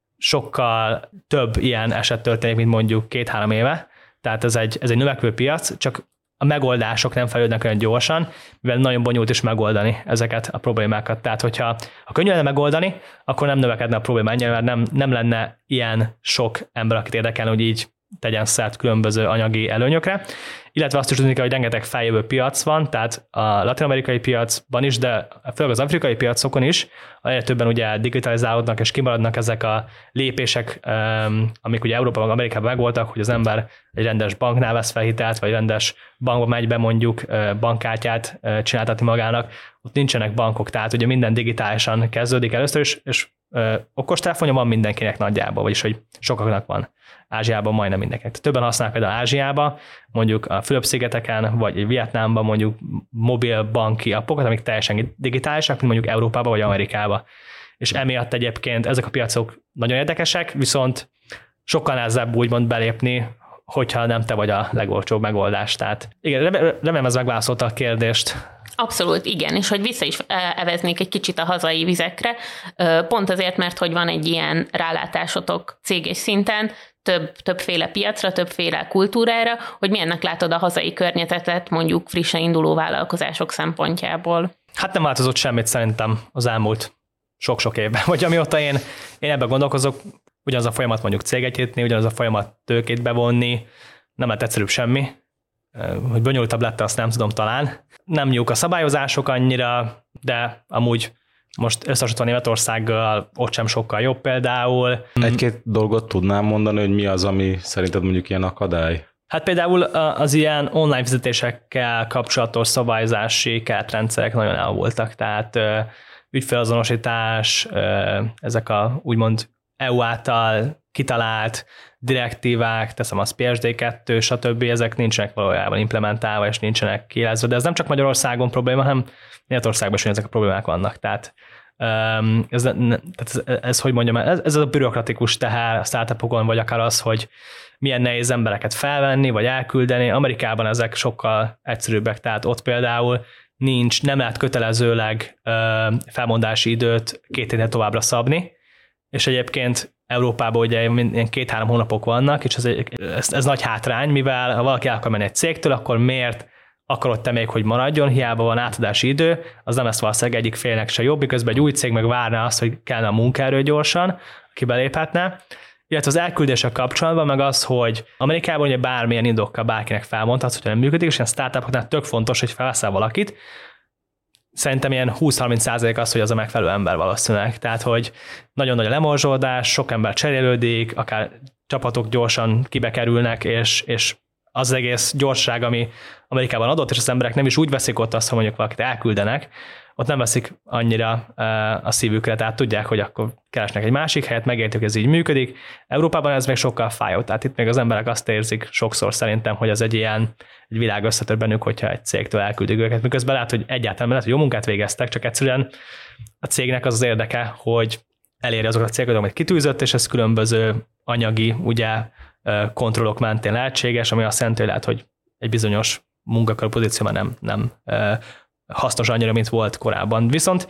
sokkal több ilyen eset történik, mint mondjuk 2-3 éve, tehát ez egy növekvő piac, csak a megoldások nem fejlődnek olyan gyorsan, mivel nagyon bonyolult is megoldani ezeket a problémákat. Tehát, hogyha könnyű lenne megoldani, akkor nem növekedne a probléma ennyire, mert nem lenne ilyen sok ember, akit érdekelne, hogy így tegyen szert különböző anyagi előnyökre. Illetve azt is tudni kell, hogy rengeteg feljövő piac van, tehát a latin-amerikai piacban is, de főleg az afrikai piacokon is, egyre többen ugye digitalizálódnak és kimaradnak ezek a lépések, amik ugye Európában, Amerikában megvoltak, hogy az ember egy rendes banknál vesz fel hitelt, vagy rendes bankba megy be mondjuk bankkártyát csináltatni magának, ott nincsenek bankok, tehát ugye minden digitálisan kezdődik először is, és okostelefonja van mindenkinek nagyjából, vagyis hogy sokaknak van. Ázsiában majdnem mindenkinek. Többen használnak például Ázsiában, mondjuk a Fülöp-szigeteken, vagy Vietnámban mondjuk mobil banki appokat, amik teljesen digitálisak, mint mondjuk Európában vagy Amerikában. És emiatt egyébként ezek a piacok nagyon érdekesek, viszont sokkal nehezebb úgymond belépni, hogyha nem te vagy a legolcsóbb megoldás. Tehát igen, remélem ez megválaszolta a kérdést. Abszolút, igen, és hogy vissza is eveznék egy kicsit a hazai vizekre, pont azért, mert hogy van egy ilyen rálátásotok céges szinten, többféle piacra, többféle kultúrára, hogy milyennek látod a hazai környezetet mondjuk frissen induló vállalkozások szempontjából? Hát nem változott semmit szerintem az elmúlt sok-sok évben, vagy amióta én ebben gondolkozok, ugyanaz a folyamat mondjuk céget nyitni, ugyanaz a folyamat tőkét bevonni, nem lett egyszerűbb semmi, hogy bonyolultabb lett, azt nem tudom talán. Nem jók a szabályozások annyira, de amúgy Most összehasonlítva Németországgal ott sem sokkal jobb például. Egy-két dolgot tudnám mondani, hogy mi az, ami szerinted mondjuk ilyen akadály? Hát például az ilyen online fizetésekkel kapcsolatos szabályzási keretrendszerek nagyon elvoltak, tehát ügyfélazonosítás, ezek a úgymond EU által kitalált direktívák, teszem az PSD2, stb. Ezek nincsenek valójában implementálva, és nincsenek kiélezve, de ez nem csak Magyarországon probléma, hanem Németországban is ezek a problémák vannak. Tehát ez hogy mondjam, ez a bürokratikus teher a startupokon, vagy akár az, hogy milyen nehéz embereket felvenni, vagy elküldeni. Amerikában ezek sokkal egyszerűbbek, tehát ott például nem lehet kötelezőleg felmondási időt 2 hétnél továbbra szabni, és egyébként Európában ugye ilyen 2-3 hónapok vannak, és ez nagy hátrány, mivel ha valaki el akar menni egy cégtől, akkor miért akarod te még, hogy maradjon, hiába van átadási idő, az nem lesz valószínűleg egyik félnek se jobb, miközben egy új cég meg várná azt, hogy kellene a munkaerő gyorsan, aki beléphetne. Illetve az elküldéssel kapcsolatban meg az, hogy Amerikában ugye bármilyen indokkal bárkinek felmondhatsz, hogy nem működik, és ilyen startupoknál tök fontos, hogy felveszel valakit. Szerintem ilyen 20-30% az, hogy az a megfelelő ember valószínűleg. Tehát, hogy nagyon nagy a lemorzsolódás, sok ember cserélődik, akár csapatok gyorsan kibekerülnek, és az egész gyorság, ami Amerikában adott, és az emberek nem is úgy veszik ott azt, ha mondjuk valakit elküldenek, ott nem veszik annyira a szívükre, tehát tudják, hogy akkor keresnek egy másik helyet, megértük, hogy ez így működik. Európában ez még sokkal fájóbb, tehát itt még az emberek azt érzik sokszor szerintem, hogy ez egy világ összetör bennük, hogyha egy cégtől elküldik őket, miközben lehet, hogy egyáltalán lehet, hogy jó munkát végeztek, csak egyszerűen a cégnek az érdeke, hogy elérje azokat a célokat, amit kitűzött, és ez különböző anyagi, ugye, kontrollok mentén lehetséges, ami azt jelenti, hogy lehet, hogy egy bizonyos munkakör pozícióban nem hasznos annyira, mint volt korábban. Viszont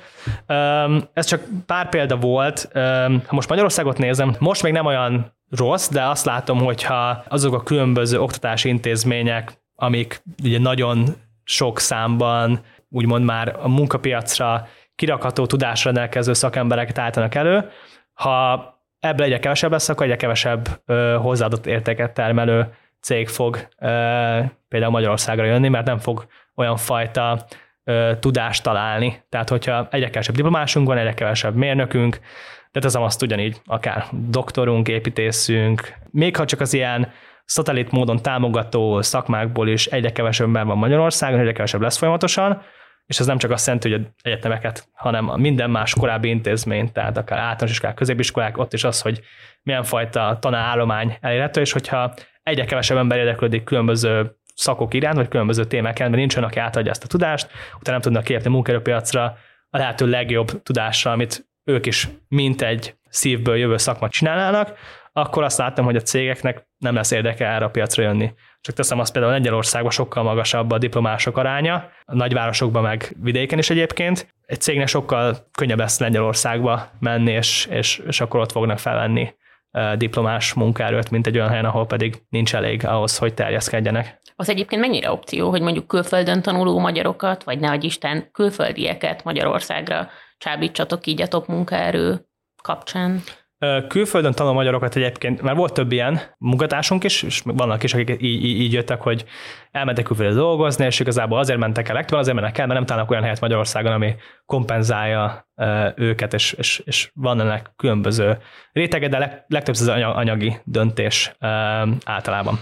ez csak pár példa volt. Ha most Magyarországot nézem, most még nem olyan rossz, de azt látom, hogyha azok a különböző oktatási intézmények, amik ugye nagyon sok számban úgymond már a munkapiacra kirakható tudásra rendelkező szakembereket állítanak elő, ha ebből egyre kevesebb lesz, akkor egyre kevesebb hozzáadott értéket termelő cég fog például Magyarországra jönni, mert nem fog olyan fajta tudást találni. Tehát, hogyha egyre kevesebb diplomásunk van, egyre kevesebb mérnökünk, de teszem azt ugyanígy, akár doktorunk, építészünk, még ha csak az ilyen szatellit módon támogató szakmákból is egyre kevesebb ember van Magyarországon, egyre kevesebb lesz folyamatosan, és ez nem csak azt jelenti, hogy egyetemeket, hanem minden más korábbi intézmény, tehát akár általános iskolák, középiskolák, ott is az, hogy milyen fajta tanárállomány elérhető, és hogyha egyre kevesebb ember érdeklődik különböző szakok iránt, vagy különböző témákán, mert nincs olyan, aki átadja ezt a tudást, utána nem tudnak kilépni a munkaerőpiacra a lehető legjobb tudásra, amit ők is mint egy szívből jövő szakmat csinálnának, akkor azt láttam, hogy a cégeknek nem lesz érdeke erre a piacra jönni. Csak teszem azt, például Lengyelországban sokkal magasabb a diplomások aránya, a nagyvárosokban meg vidéken is egyébként. Egy cégnek sokkal könnyebb lesz Lengyelországba menni, és akkor ott fognak felvenni diplomás munkaerőt, mint egy olyan helyen, ahol pedig nincs elég ahhoz, hogy terjeszkedjenek. Az egyébként mennyire opció, hogy mondjuk külföldön tanuló magyarokat, vagy nehogy Isten külföldieket Magyarországra csábítsatok így a top munkaerő kapcsán? Külföldön tanuló magyarokat egyébként, már volt több ilyen munkatársunk is, és vannak is, akik így jöttek, hogy elmentek külföldre dolgozni, és igazából azért mentek el, legtöbben azért mennek el, mert nem találnak olyan helyet Magyarországon, ami kompenzálja őket, és van ennek különböző rétege, de legtöbbször az anyagi döntés általában.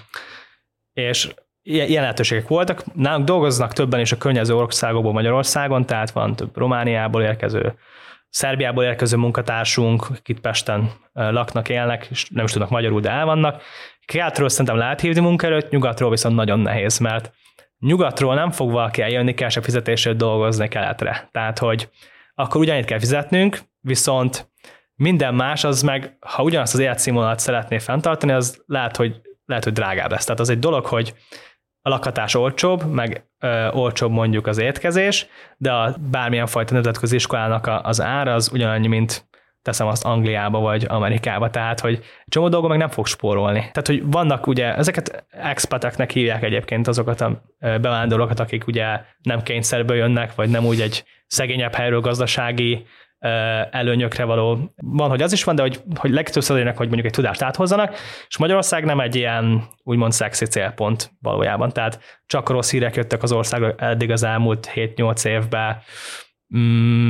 És ilyen lehetőségek voltak. Nálunk dolgoznak többen is a környező országokból Magyarországon, tehát van több Romániából érkező, Szerbiából érkező munkatársunk, akik Pesten laknak, élnek, és nem is tudnak magyarul, de el vannak. Keletről szerintem lehet hívni munkaerőt, nyugatról viszont nagyon nehéz, mert nyugatról nem fog valaki eljönni kevesebb fizetésért dolgozni keletre. Tehát, hogy akkor ugyanit kell fizetnünk, viszont minden más, az meg, ha ugyanazt az életszínvonalat szeretné fenntartani, az lehet, hogy drágább lesz. Tehát az egy dolog, hogy a lakhatás olcsóbb, meg olcsóbb mondjuk az étkezés, de a bármilyen fajta nemzetközi iskolának az ára az ugyanannyi, mint teszem azt Angliába vagy Amerikába, tehát hogy csomó dolgon meg nem fog spórolni. Tehát, hogy vannak ugye, ezeket expateknek hívják egyébként azokat a bevándorlókat, akik ugye nem kényszerből jönnek, vagy nem úgy egy szegényebb helyről gazdasági előnyökre való. Van, hogy az is van, de hogy legtöbbször jönnek, hogy mondjuk egy tudást áthozzanak, és Magyarország nem egy ilyen úgymond szexi célpont valójában. Tehát csak rossz hírek jöttek az országra eddig az elmúlt 7-8 évben.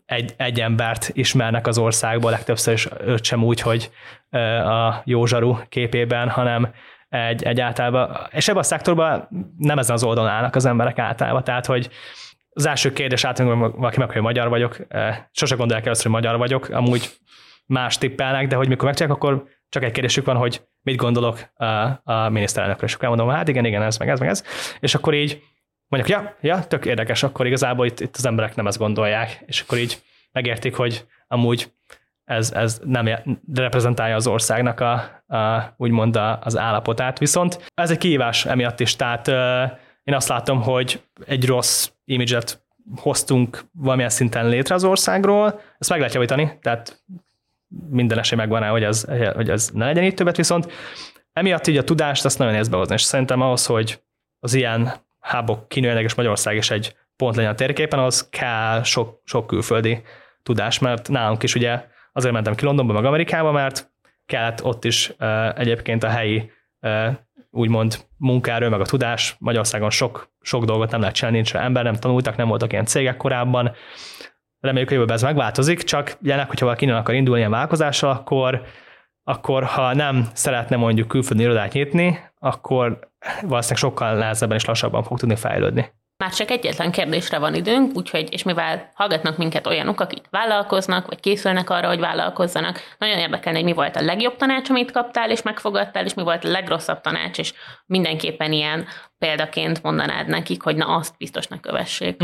egy embert ismernek az országból, legtöbbször is őt sem úgy, hogy a jó zsaru képében, hanem egy általában, és ebben a szektorban nem ezen az oldalon állnak az emberek általában, tehát hogy az első kérdés általában valaki meg, hogy magyar vagyok, sose gondolják először, hogy magyar vagyok, amúgy más tippelnek, de hogy mikor megcsinálják, akkor csak egy kérdésük van, hogy mit gondolok a miniszterelnökről, és akkor elmondom, hát igen, ez, meg ez, és akkor így mondjuk, ja, tök érdekes, akkor igazából itt az emberek nem ezt gondolják, és akkor így megértik, hogy amúgy ez nem reprezentálja az országnak úgymond az állapotát. Viszont ez egy kihívás emiatt is, tehát én azt látom, hogy egy rossz imidzset hoztunk valamilyen szinten létre az országról, ezt meg lehet javítani, tehát minden esély megvan rá, hogy ez ne legyen így többet, viszont emiatt így a tudást azt nagyon nehéz behozni, és szerintem ahhoz, hogy az ilyen hubok kinőjenek, és Magyarország is egy pont legyen a térképen, az kell sok külföldi tudás, mert nálunk is ugye azért mentem ki Londonba, meg Amerikába, mert kellett ott is egyébként a helyi úgymond munkaerő, meg a tudás. Magyarországon sok dolgot nem lehet csinálni, nincs rá ember, nem tanultak, nem voltak ilyen cégek korábban. Reméljük, hogy jövőben ez megváltozik, csak jelenleg, hogyha valaki innen akar indulni ilyen vállalkozással, akkor ha nem szeretne mondjuk külföldi irodát nyitni, akkor valószínűleg sokkal nehezebben és lassabban fog tudni fejlődni. Már csak egyetlen kérdésre van időnk, úgyhogy, és mivel hallgatnak minket olyanok, akik vállalkoznak, vagy készülnek arra, hogy vállalkozzanak, nagyon érdekelne, hogy mi volt a legjobb tanács, amit kaptál és megfogadtál, és mi volt a legrosszabb tanács, és mindenképpen ilyen példaként mondanád nekik, hogy na azt biztos ne kövessék.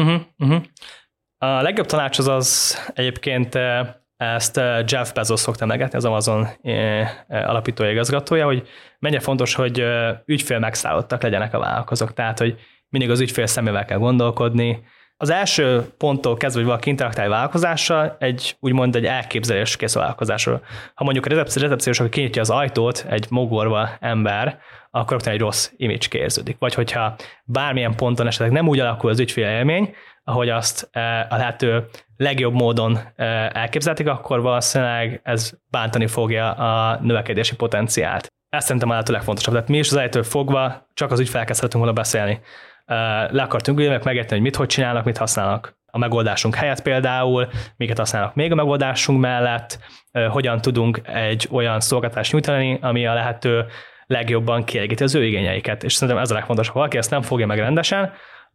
A legjobb tanács az egyébként ezt Jeff Bezos szokta emlegetni, az Amazon alapítója, igazgatója, hogy mennyire fontos, hogy ügyfél megszállottak legyenek a vállalkozók, tehát hogy mindig az ügyfél szemével kell gondolkodni. Az első ponttól kezdve, hogy valaki interaktál vállalkozással, úgymond egy elképzelés kész vállalkozásról. Ha mondjuk a recepciós, aki kinyitja az ajtót, egy mogorva ember, akkor ott egy rossz image érződik. Vagy hogyha bármilyen ponton esetleg nem úgy alakul az ügyfél élmény, ahogy azt a lehető legjobb módon elképzelték, akkor valószínűleg ez bántani fogja a növekedési potenciált. Ezt szerintem a lehető legfontosabb. Tehát mi is az elejétől fogva csak az ügyfelekkel szeretünk volna beszélni. Le akartunk ülni, megérteni, hogy hogy csinálnak, mit használnak a megoldásunk helyett például, miket használnak még a megoldásunk mellett, hogyan tudunk egy olyan szolgáltatást nyújtani, ami a lehető legjobban kielégíti az ő igényeiket. És szerintem ez a legfontosabb, ha valaki ezt nem fogja meg rendesen,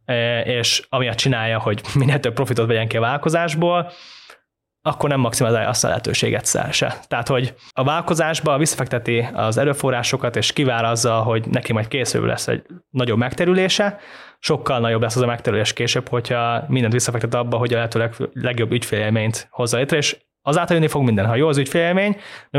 és amiatt csinálja, hogy minél több profitot vegyen ki a vállalkozásból, akkor nem maximalizálja azt a lehetőséget se. Tehát, hogy a vállalkozásba visszafekteti az erőforrásokat, és kivár azzal, hogy neki majd később lesz egy nagyobb megterülése, sokkal nagyobb lesz az a megterülés később, hogyha mindent visszafektet abba, hogy a lehető legjobb ügyfélélményt hozza létre, és azáltal jönni fog minden. Ha jó az ügyfélélmény,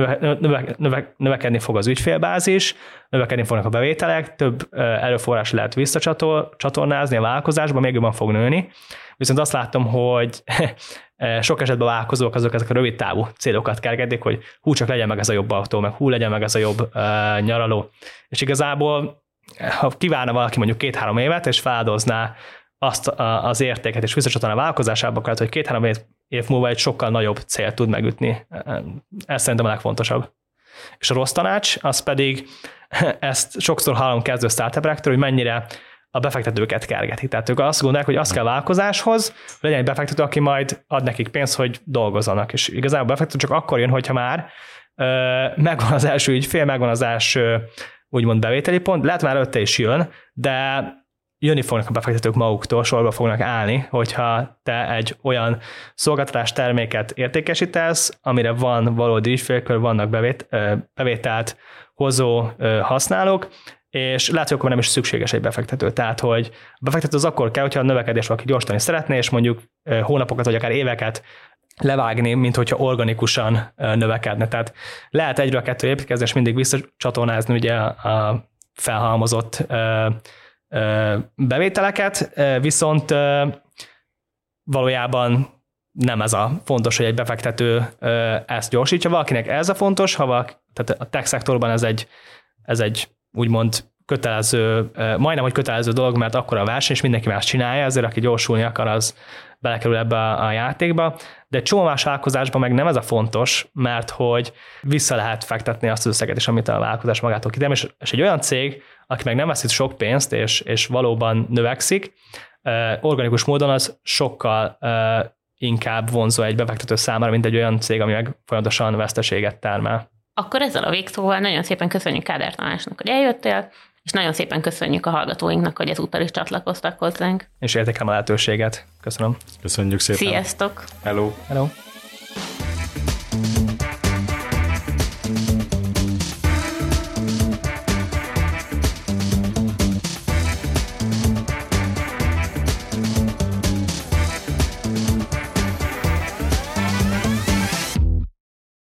növekedni fog az ügyfélbázis, növekedni fognak a bevételek, több erőforrás lehet visszacsatornázni a vállalkozásba, még jobban fog nőni. Viszont azt látom, hogy sok esetben a vállalkozók azok ezek a rövid távú célokat kergedik, hogy csak legyen meg ez a jobb autó, meg legyen meg ez a jobb nyaraló. És igazából, ha kívánna valaki mondjuk 2-3 évet, és feláldozná azt az értéket, és visszacsatolná a vállalkozásába, akkor hogy 2-3 év múlva egy sokkal nagyobb célt tud megütni. Ez szerintem a legfontosabb. És a rossz tanács, az pedig, ezt sokszor hallom kezdő startuprektől, hogy mennyire a befektetőket kergeti. Tehát ők azt gondolják, hogy az kell vállalkozáshoz, hogy legyen egy befektető, aki majd ad nekik pénzt, hogy dolgozzanak. És igazából a befektető csak akkor jön, hogyha már megvan az első ügyfél, megvan az első úgymond bevételi pont, lehet már előtte is jön, de jönni fognak a befektetők maguktól, sorba fognak állni, hogyha te egy olyan szolgáltatás terméket értékesítesz, amire van valódi ügyfélkör, vannak bevételt hozó használók, és lehet, hogy akkor nem is szükséges egy befektető. Tehát, hogy a befektető az akkor kell, hogyha a növekedés valaki gyorsítani szeretné, és mondjuk hónapokat vagy akár éveket levágni, mint hogyha organikusan növekedne. Tehát lehet 1-2 építkezni, és mindig visszacsatornázni ugye a felhalmozott bevételeket, viszont valójában nem ez a fontos, hogy egy befektető ezt gyorsítja. Valakinek ez a fontos, tehát a tech szektorban ez egy úgymond kötelező, majdnem, hogy kötelező dolog, mert akkor a verseny, és mindenki más csinálja, ezért aki gyorsulni akar, az belekerül ebbe a játékba, de egy csomó más vállalkozásban meg nem ez a fontos, mert hogy vissza lehet fektetni azt az összeget is, amit a vállalkozás magától kiderül, és egy olyan cég, aki meg nem veszít sok pénzt, és valóban növekszik, organikus módon az sokkal inkább vonzó egy befektető számára, mint egy olyan cég, ami meg folyamatosan veszteséget termel. Akkor ezzel a végszóval nagyon szépen köszönjük Kádár Tamásnak, hogy eljöttél, és nagyon szépen köszönjük a hallgatóinknak, hogy ezúttal is csatlakoztak hozzánk. És értékelem a lehetőséget. Köszönöm. Köszönjük szépen. Sziasztok! Hello! Hello!